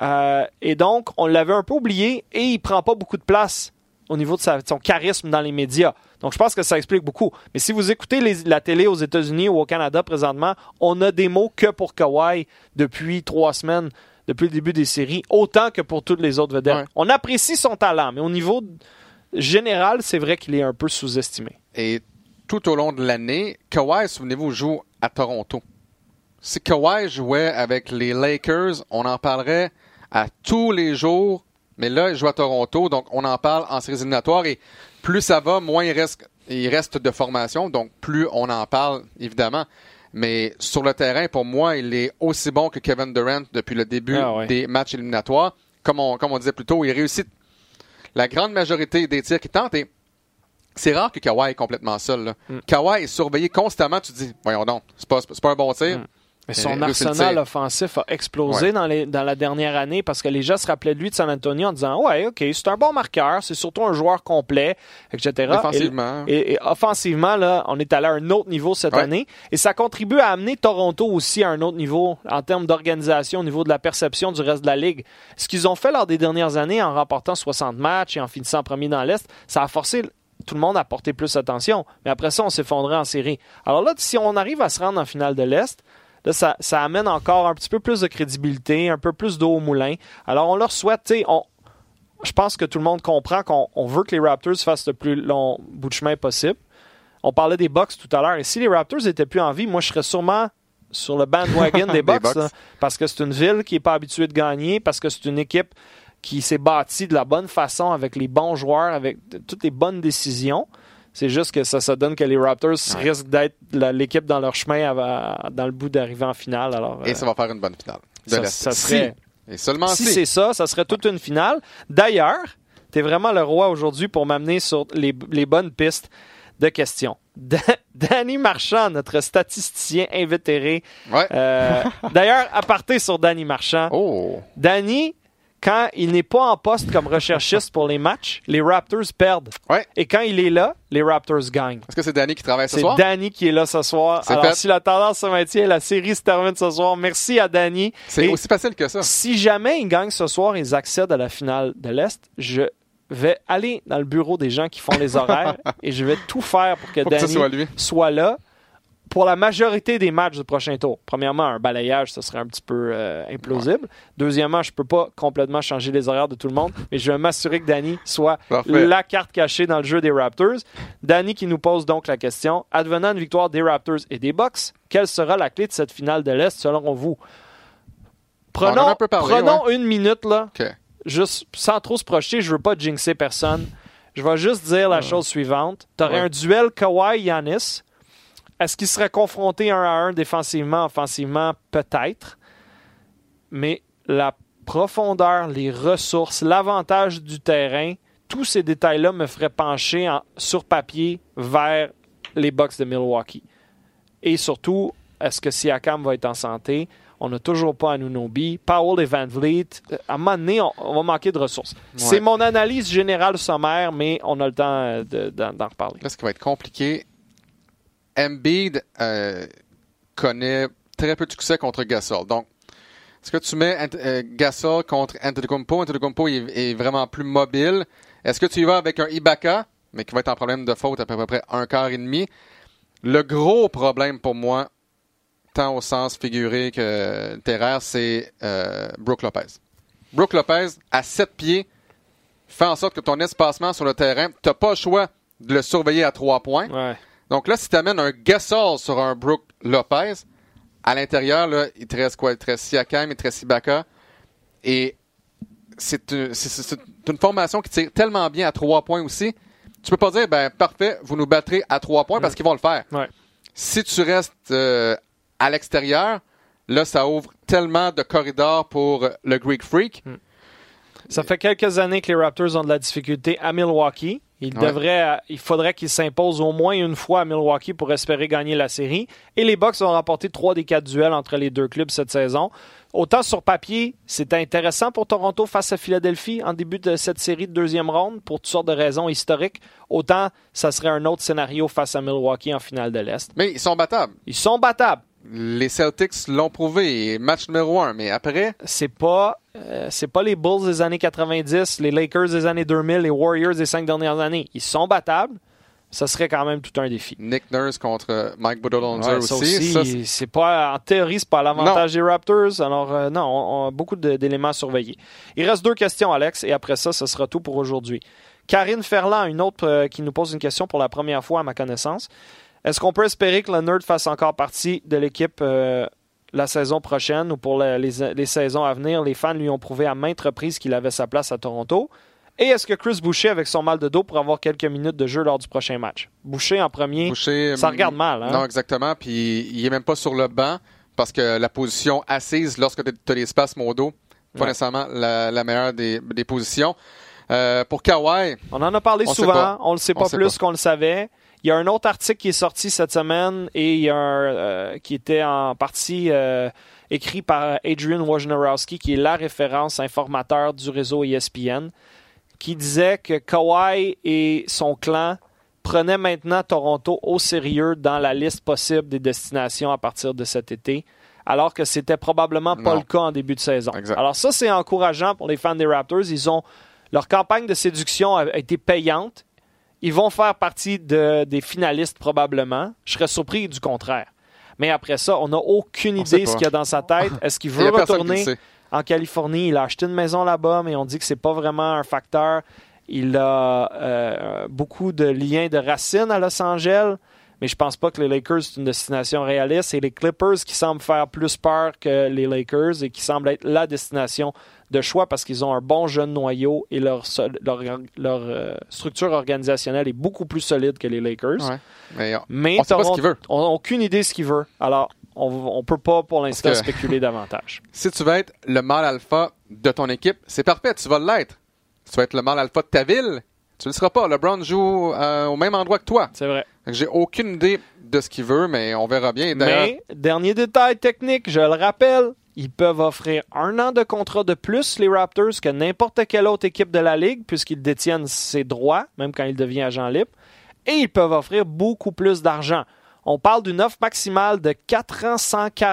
Et donc, on l'avait un peu oublié et il prend pas beaucoup de place au niveau de son charisme dans les médias. Donc, je pense que ça explique beaucoup. Mais si vous écoutez la télé aux États-Unis ou au Canada présentement, on a des mots que pour Kawhi depuis 3 semaines. Depuis le début des séries, autant que pour toutes les autres vedettes. Ouais. On apprécie son talent, mais au niveau général, c'est vrai qu'il est un peu sous-estimé. Et tout au long de l'année, Kawhi, souvenez-vous, joue à Toronto. Si Kawhi jouait avec les Lakers, on en parlerait à tous les jours, mais là, il joue à Toronto, donc on en parle en séries éliminatoires, et plus ça va, moins il reste de formation, donc plus on en parle, évidemment. Mais sur le terrain, pour moi, il est aussi bon que Kevin Durant depuis le début des matchs éliminatoires. Comme on disait plus tôt, il réussit la grande majorité des tirs qu'il tente. Et c'est rare que Kawhi est complètement seul. Là. Kawhi est surveillé constamment. Tu te dis, voyons donc, c'est pas un bon tir. Mais son arsenal offensif a explosé dans la dernière année parce que les gens se rappelaient de lui de San Antonio en disant « Ouais, OK, c'est un bon marqueur, c'est surtout un joueur complet, etc. » Offensivement. Et offensivement, là, on est allé à un autre niveau cette année. Et ça contribue à amener Toronto aussi à un autre niveau en termes d'organisation, au niveau de la perception du reste de la Ligue. Ce qu'ils ont fait lors des dernières années en remportant 60 matchs et en finissant premier dans l'Est, ça a forcé tout le monde à porter plus attention. Mais après ça, on s'effondrait en série. Alors là, si on arrive à se rendre en finale de l'Est, là, ça amène encore un petit peu plus de crédibilité, un peu plus d'eau au moulin. Alors, on leur souhaite, je pense que tout le monde comprend qu'on veut que les Raptors fassent le plus long bout de chemin possible. On parlait des Bucks tout à l'heure. Et si les Raptors n'étaient plus en vie, moi, je serais sûrement sur le bandwagon des Bucks. Là, parce que c'est une ville qui n'est pas habituée de gagner, parce que c'est une équipe qui s'est bâtie de la bonne façon, avec les bons joueurs, avec toutes les bonnes décisions. C'est juste que ça donne que les Raptors risquent d'être l'équipe dans leur chemin dans le bout d'arriver en finale. Alors, et ça va faire une bonne finale. Ça serait, et seulement si c'est ça serait toute une finale. D'ailleurs, tu es vraiment le roi aujourd'hui pour m'amener sur les bonnes pistes de questions. Danny Marchand, notre statisticien invétéré. D'ailleurs, aparté sur Danny Marchand. Danny, quand il n'est pas en poste comme recherchiste pour les matchs, les Raptors perdent. Et quand il est là, les Raptors gagnent. Est-ce que c'est Danny qui travaille ce soir? C'est Danny qui est là ce soir. Alors, si la tendance se maintient, la série se termine ce soir. Merci à Danny. C'est aussi facile que ça. Si jamais ils gagnent ce soir et ils accèdent à la finale de l'Est, je vais aller dans le bureau des gens qui font les horaires et je vais tout faire pour que Danny soit là. Pour la majorité des matchs du prochain tour, premièrement, un balayage, ça serait un petit peu implausible. Deuxièmement, je ne peux pas complètement changer les horaires de tout le monde, mais je vais m'assurer que Danny soit la carte cachée dans le jeu des Raptors. Danny qui nous pose donc la question, advenant une victoire des Raptors et des Bucks, quelle sera la clé de cette finale de l'Est selon vous? Prenons une minute, là, juste sans trop se projeter, je ne veux pas jinxer personne. Je vais juste dire la chose suivante. Tu aurais un duel Kawhi-Giannis. Est-ce qu'il serait confronté 1 à 1 défensivement, offensivement? Peut-être. Mais la profondeur, les ressources, l'avantage du terrain, tous ces détails-là me feraient pencher sur papier vers les Bucks de Milwaukee. Et surtout, est-ce que Siakam va être en santé? On n'a toujours pas Anunoby. Powell et Van Vliet. À un moment donné, on va manquer de ressources. C'est mon analyse générale sommaire, mais on a le temps d'en reparler. Là, ce qui va être compliqué... Embiid connaît très peu de succès contre Gasol. Donc, est-ce que tu mets Gasol contre Antetokounmpo? Antetokounmpo est vraiment plus mobile. Est-ce que tu y vas avec un Ibaka, mais qui va être en problème de faute à peu près 1 quart et demi? Le gros problème pour moi, tant au sens figuré que littéraire, c'est Brook Lopez. Brook Lopez, à 7 pieds, fait en sorte que ton espacement sur le terrain, tu n'as pas le choix de le surveiller à 3 points. Donc là, si tu amènes un Gasol sur un Brook Lopez, à l'intérieur, là, il te reste quoi? Il te reste Siakam, il te reste Ibaka. Et c'est une formation qui tire tellement bien à 3 points aussi. Tu peux pas dire, parfait, vous nous battrez à 3 points parce qu'ils vont le faire. Ouais. Si tu restes à l'extérieur, là, ça ouvre tellement de corridors pour le Greek Freak. Ça fait quelques années que les Raptors ont de la difficulté à Milwaukee. Il faudrait qu'ils s'imposent au moins une fois à Milwaukee pour espérer gagner la série. Et les Bucks ont remporté 3 des 4 duels entre les deux clubs cette saison. Autant sur papier, c'était intéressant pour Toronto face à Philadelphie en début de cette série de deuxième ronde pour toutes sortes de raisons historiques. Autant ça serait un autre scénario face à Milwaukee en finale de l'Est. Mais ils sont battables. Ils sont battables. Les Celtics l'ont prouvé. Match numéro 1. Mais après... C'est pas les Bulls des années 90, les Lakers des années 2000, les Warriors des 5 dernières années. Ils sont battables. Ça serait quand même tout un défi. Nick Nurse contre Mike Budenholzer aussi. Ça, c'est pas, en théorie, c'est pas à l'avantage des Raptors. Alors, non, on a beaucoup d'éléments à surveiller. Il reste 2 questions, Alex, et après ça, ce sera tout pour aujourd'hui. Karine Ferland, une autre qui nous pose une question pour la première fois à ma connaissance. Est-ce qu'on peut espérer que le Nerd fasse encore partie de l'équipe la saison prochaine ou pour les saisons à venir? Les fans lui ont prouvé à maintes reprises qu'il avait sa place à Toronto. Et est-ce que Chris Boucher, avec son mal de dos, pourra avoir quelques minutes de jeu lors du prochain match? Boucher en premier, ça regarde mal. Hein? Non, exactement. Puis il n'est même pas sur le banc parce que la position assise, lorsque tu as les spasmes pas nécessairement la meilleure des positions. Pour Kawhi... On en a parlé souvent. On ne le sait pas plus qu'on le savait. Il y a un autre article qui est sorti cette semaine et il y a un qui était en partie écrit par Adrian Wojnarowski, qui est la référence informateur du réseau ESPN, qui disait que Kawhi et son clan prenaient maintenant Toronto au sérieux dans la liste possible des destinations à partir de cet été, alors que c'était probablement pas le cas en début de saison. Exact. Alors ça, c'est encourageant pour les fans des Raptors. Leur campagne de séduction a été payante. Ils vont faire partie des finalistes probablement. Je serais surpris du contraire. Mais après ça, on n'a aucune idée de ce qu'il y a dans sa tête. Est-ce qu'il veut retourner en Californie? Il a acheté une maison là-bas, mais on dit que c'est pas vraiment un facteur. Il a beaucoup de liens de racines à Los Angeles, mais je pense pas que les Lakers c'est une destination réaliste. C'est les Clippers qui semblent faire plus peur que les Lakers et qui semblent être la destination de choix parce qu'ils ont un bon jeune noyau et leur structure organisationnelle est beaucoup plus solide que les Lakers. Ouais. Mais on sait pas ce qu'il veut. On n'a aucune idée de ce qu'il veut. Alors, on ne peut pas pour l'instant spéculer davantage. Si tu veux être le mâle alpha de ton équipe, c'est parfait, tu vas l'être. Si tu vas être le mâle alpha de ta ville, tu ne le seras pas. LeBron joue au même endroit que toi. C'est vrai. J'ai aucune idée de ce qu'il veut, mais on verra bien. Mais, dernier détail technique, je le rappelle, ils peuvent offrir 1 an de contrat de plus, les Raptors, que n'importe quelle autre équipe de la Ligue, puisqu'ils détiennent ses droits, même quand il devient agent libre. Et ils peuvent offrir beaucoup plus d'argent. On parle d'une offre maximale de 4 ans,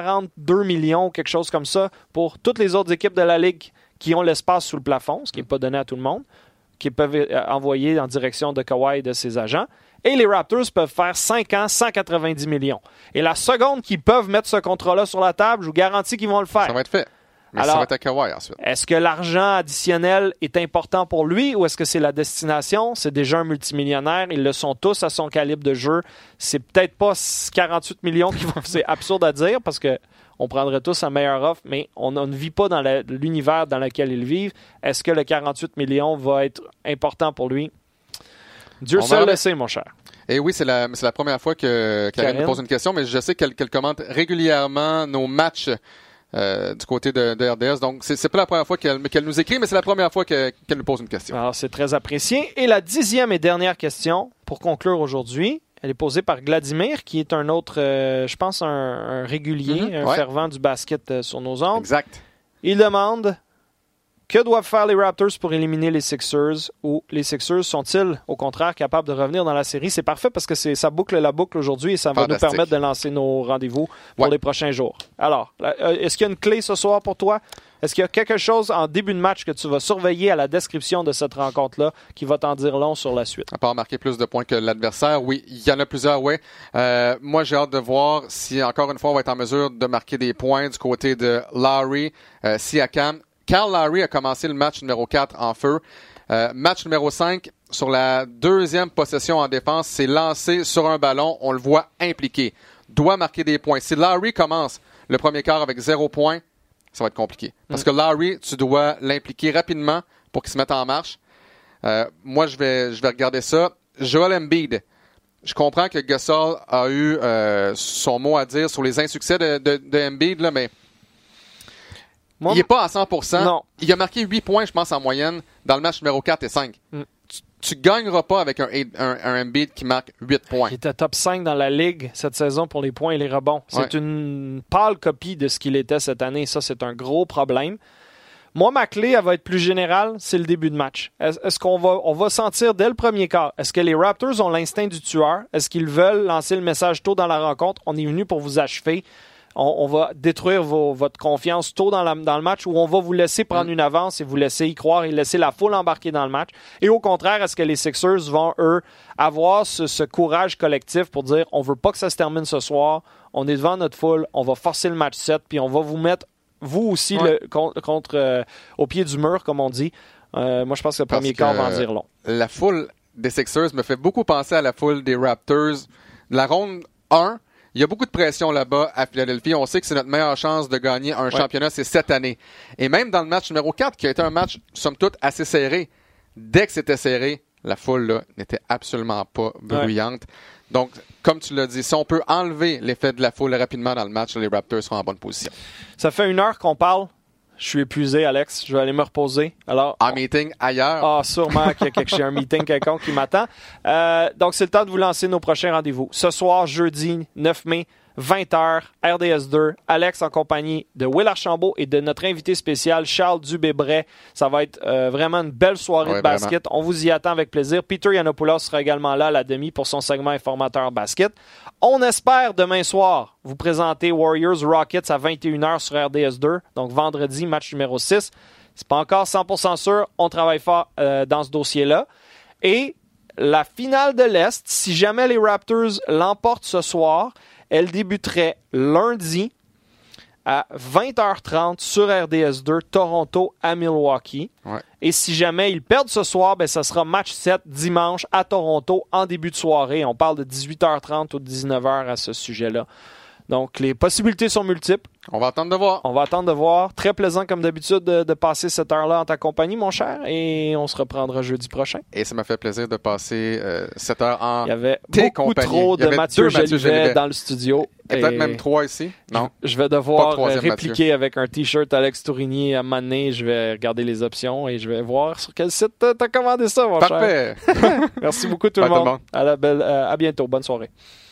142 millions, quelque chose comme ça, pour toutes les autres équipes de la Ligue qui ont l'espace sous le plafond, ce qui n'est pas donné à tout le monde, qui peuvent envoyer en direction de Kawhi et de ses agents. Et les Raptors peuvent faire 5 ans, 190 millions. Et la seconde qu'ils peuvent mettre ce contrat-là sur la table, je vous garantis qu'ils vont le faire. Ça va être fait. Mais alors, ça va être à Kawhi ensuite. Est-ce que l'argent additionnel est important pour lui ou est-ce que c'est la destination? C'est déjà un multimillionnaire. Ils le sont tous à son calibre de jeu. C'est peut-être pas 48 millions qui vont... C'est absurde à dire parce que on prendrait tous un meilleur offre, mais on ne vit pas dans l'univers dans lequel ils vivent. Est-ce que le 48 millions va être important pour lui? Dieu seul le sait, mon cher. Et oui, c'est la première fois que Karine me pose une question, mais je sais qu'elle commente régulièrement nos matchs du côté de RDS. Donc, c'est pas la première fois qu'elle nous écrit, mais c'est la première fois qu'elle nous pose une question. Alors, c'est très apprécié. Et la 10e et dernière question, pour conclure aujourd'hui, elle est posée par Vladimir, qui est un autre, je pense, un régulier, un fervent du basket sur nos ondes. Exact. Il demande... Que doivent faire les Raptors pour éliminer les Sixers ou les Sixers sont-ils, au contraire, capables de revenir dans la série? C'est parfait parce que ça boucle la boucle aujourd'hui et ça va nous permettre de lancer nos rendez-vous pour les prochains jours. Alors, est-ce qu'il y a une clé ce soir pour toi? Est-ce qu'il y a quelque chose en début de match que tu vas surveiller à la description de cette rencontre-là qui va t'en dire long sur la suite? À part marquer plus de points que l'adversaire, oui, il y en a plusieurs, oui. Moi, j'ai hâte de voir si, encore une fois, on va être en mesure de marquer des points du côté de Lowry, Siakam. Kyle Lowry a commencé le match numéro 4 en feu. Match numéro 5, sur la deuxième possession en défense, c'est lancé sur un ballon. On le voit impliqué. Doit marquer des points. Si Lowry commence le premier quart avec 0 points, ça va être compliqué. Parce que Lowry, tu dois l'impliquer rapidement pour qu'il se mette en marche. Moi, je vais regarder ça. Joel Embiid. Je comprends que Gasol a eu son mot à dire sur les insuccès de Embiid, là, mais il n'est pas à 100%. Non. Il a marqué 8 points, je pense, en moyenne dans le match numéro 4 et 5. Tu gagneras pas avec un Embiid qui marque 8 points. Il était top 5 dans la Ligue cette saison pour les points et les rebonds. C'est une pâle copie de ce qu'il était cette année. Ça, c'est un gros problème. Moi, ma clé, elle va être plus générale, c'est le début de match. Est-ce qu'on va sentir dès le premier quart? Est-ce que les Raptors ont l'instinct du tueur? Est-ce qu'ils veulent lancer le message tôt dans la rencontre? On est venu pour vous achever. On va détruire votre confiance tôt dans le match, ou on va vous laisser prendre une avance et vous laisser y croire et laisser la foule embarquer dans le match. Et au contraire, est-ce que les Sixers vont, eux, avoir ce courage collectif pour dire on veut pas que ça se termine ce soir, on est devant notre foule, on va forcer le match 7, puis on va vous mettre, vous aussi, au pied du mur, comme on dit. Moi, je pense que le premier quart va en dire long. La foule des Sixers me fait beaucoup penser à la foule des Raptors. La ronde 1, il y a beaucoup de pression là-bas à Philadelphie. On sait que c'est notre meilleure chance de gagner un championnat, c'est cette année. Et même dans le match numéro 4, qui a été un match, somme toute, assez serré, dès que c'était serré, la foule là, n'était absolument pas bruyante. Donc, comme tu l'as dit, si on peut enlever l'effet de la foule rapidement dans le match, les Raptors seront en bonne position. Ça fait 1 heure qu'on parle. Je suis épuisé, Alex. Je vais aller me reposer. Alors, meeting ailleurs. Ah, sûrement qu'il y a un meeting quelconque qui m'attend. Donc, c'est le temps de vous lancer nos prochains rendez-vous. Ce soir, jeudi 9 mai, 20h, RDS2. Alex en compagnie de Will Archambault et de notre invité spécial, Charles Dubébret. Ça va être vraiment une belle soirée de basket. Vraiment. On vous y attend avec plaisir. Peter Yiannopoulos sera également là à la demi pour son segment informateur basket. On espère demain soir vous présenter Warriors Rockets à 21h sur RDS2. Donc vendredi, match numéro 6. C'est pas encore 100% sûr. On travaille fort dans ce dossier-là. Et la finale de l'Est, si jamais les Raptors l'emportent ce soir, elle débuterait lundi à 20h30 sur RDS2, Toronto à Milwaukee. Ouais. Et si jamais ils perdent ce soir, ben ça sera match 7 dimanche à Toronto en début de soirée. On parle de 18h30 ou 19h à ce sujet-là. Donc, les possibilités sont multiples. On va attendre de voir. On va attendre de voir. Très plaisant, comme d'habitude, de passer cette heure-là en ta compagnie, mon cher. Et on se reprendra jeudi prochain. Et ça m'a fait plaisir de passer cette heure en Il y avait beaucoup trop de Mathieu Jolivet dans le studio. Et peut-être même 3 ici. Non. Je vais devoir répliquer Mathieu. Avec un T-shirt Alex Tourigny à m'amener. Je vais regarder les options et je vais voir sur quel site t'as commandé ça, mon cher. Parfait. Merci beaucoup tout le monde. À bientôt. Bonne soirée.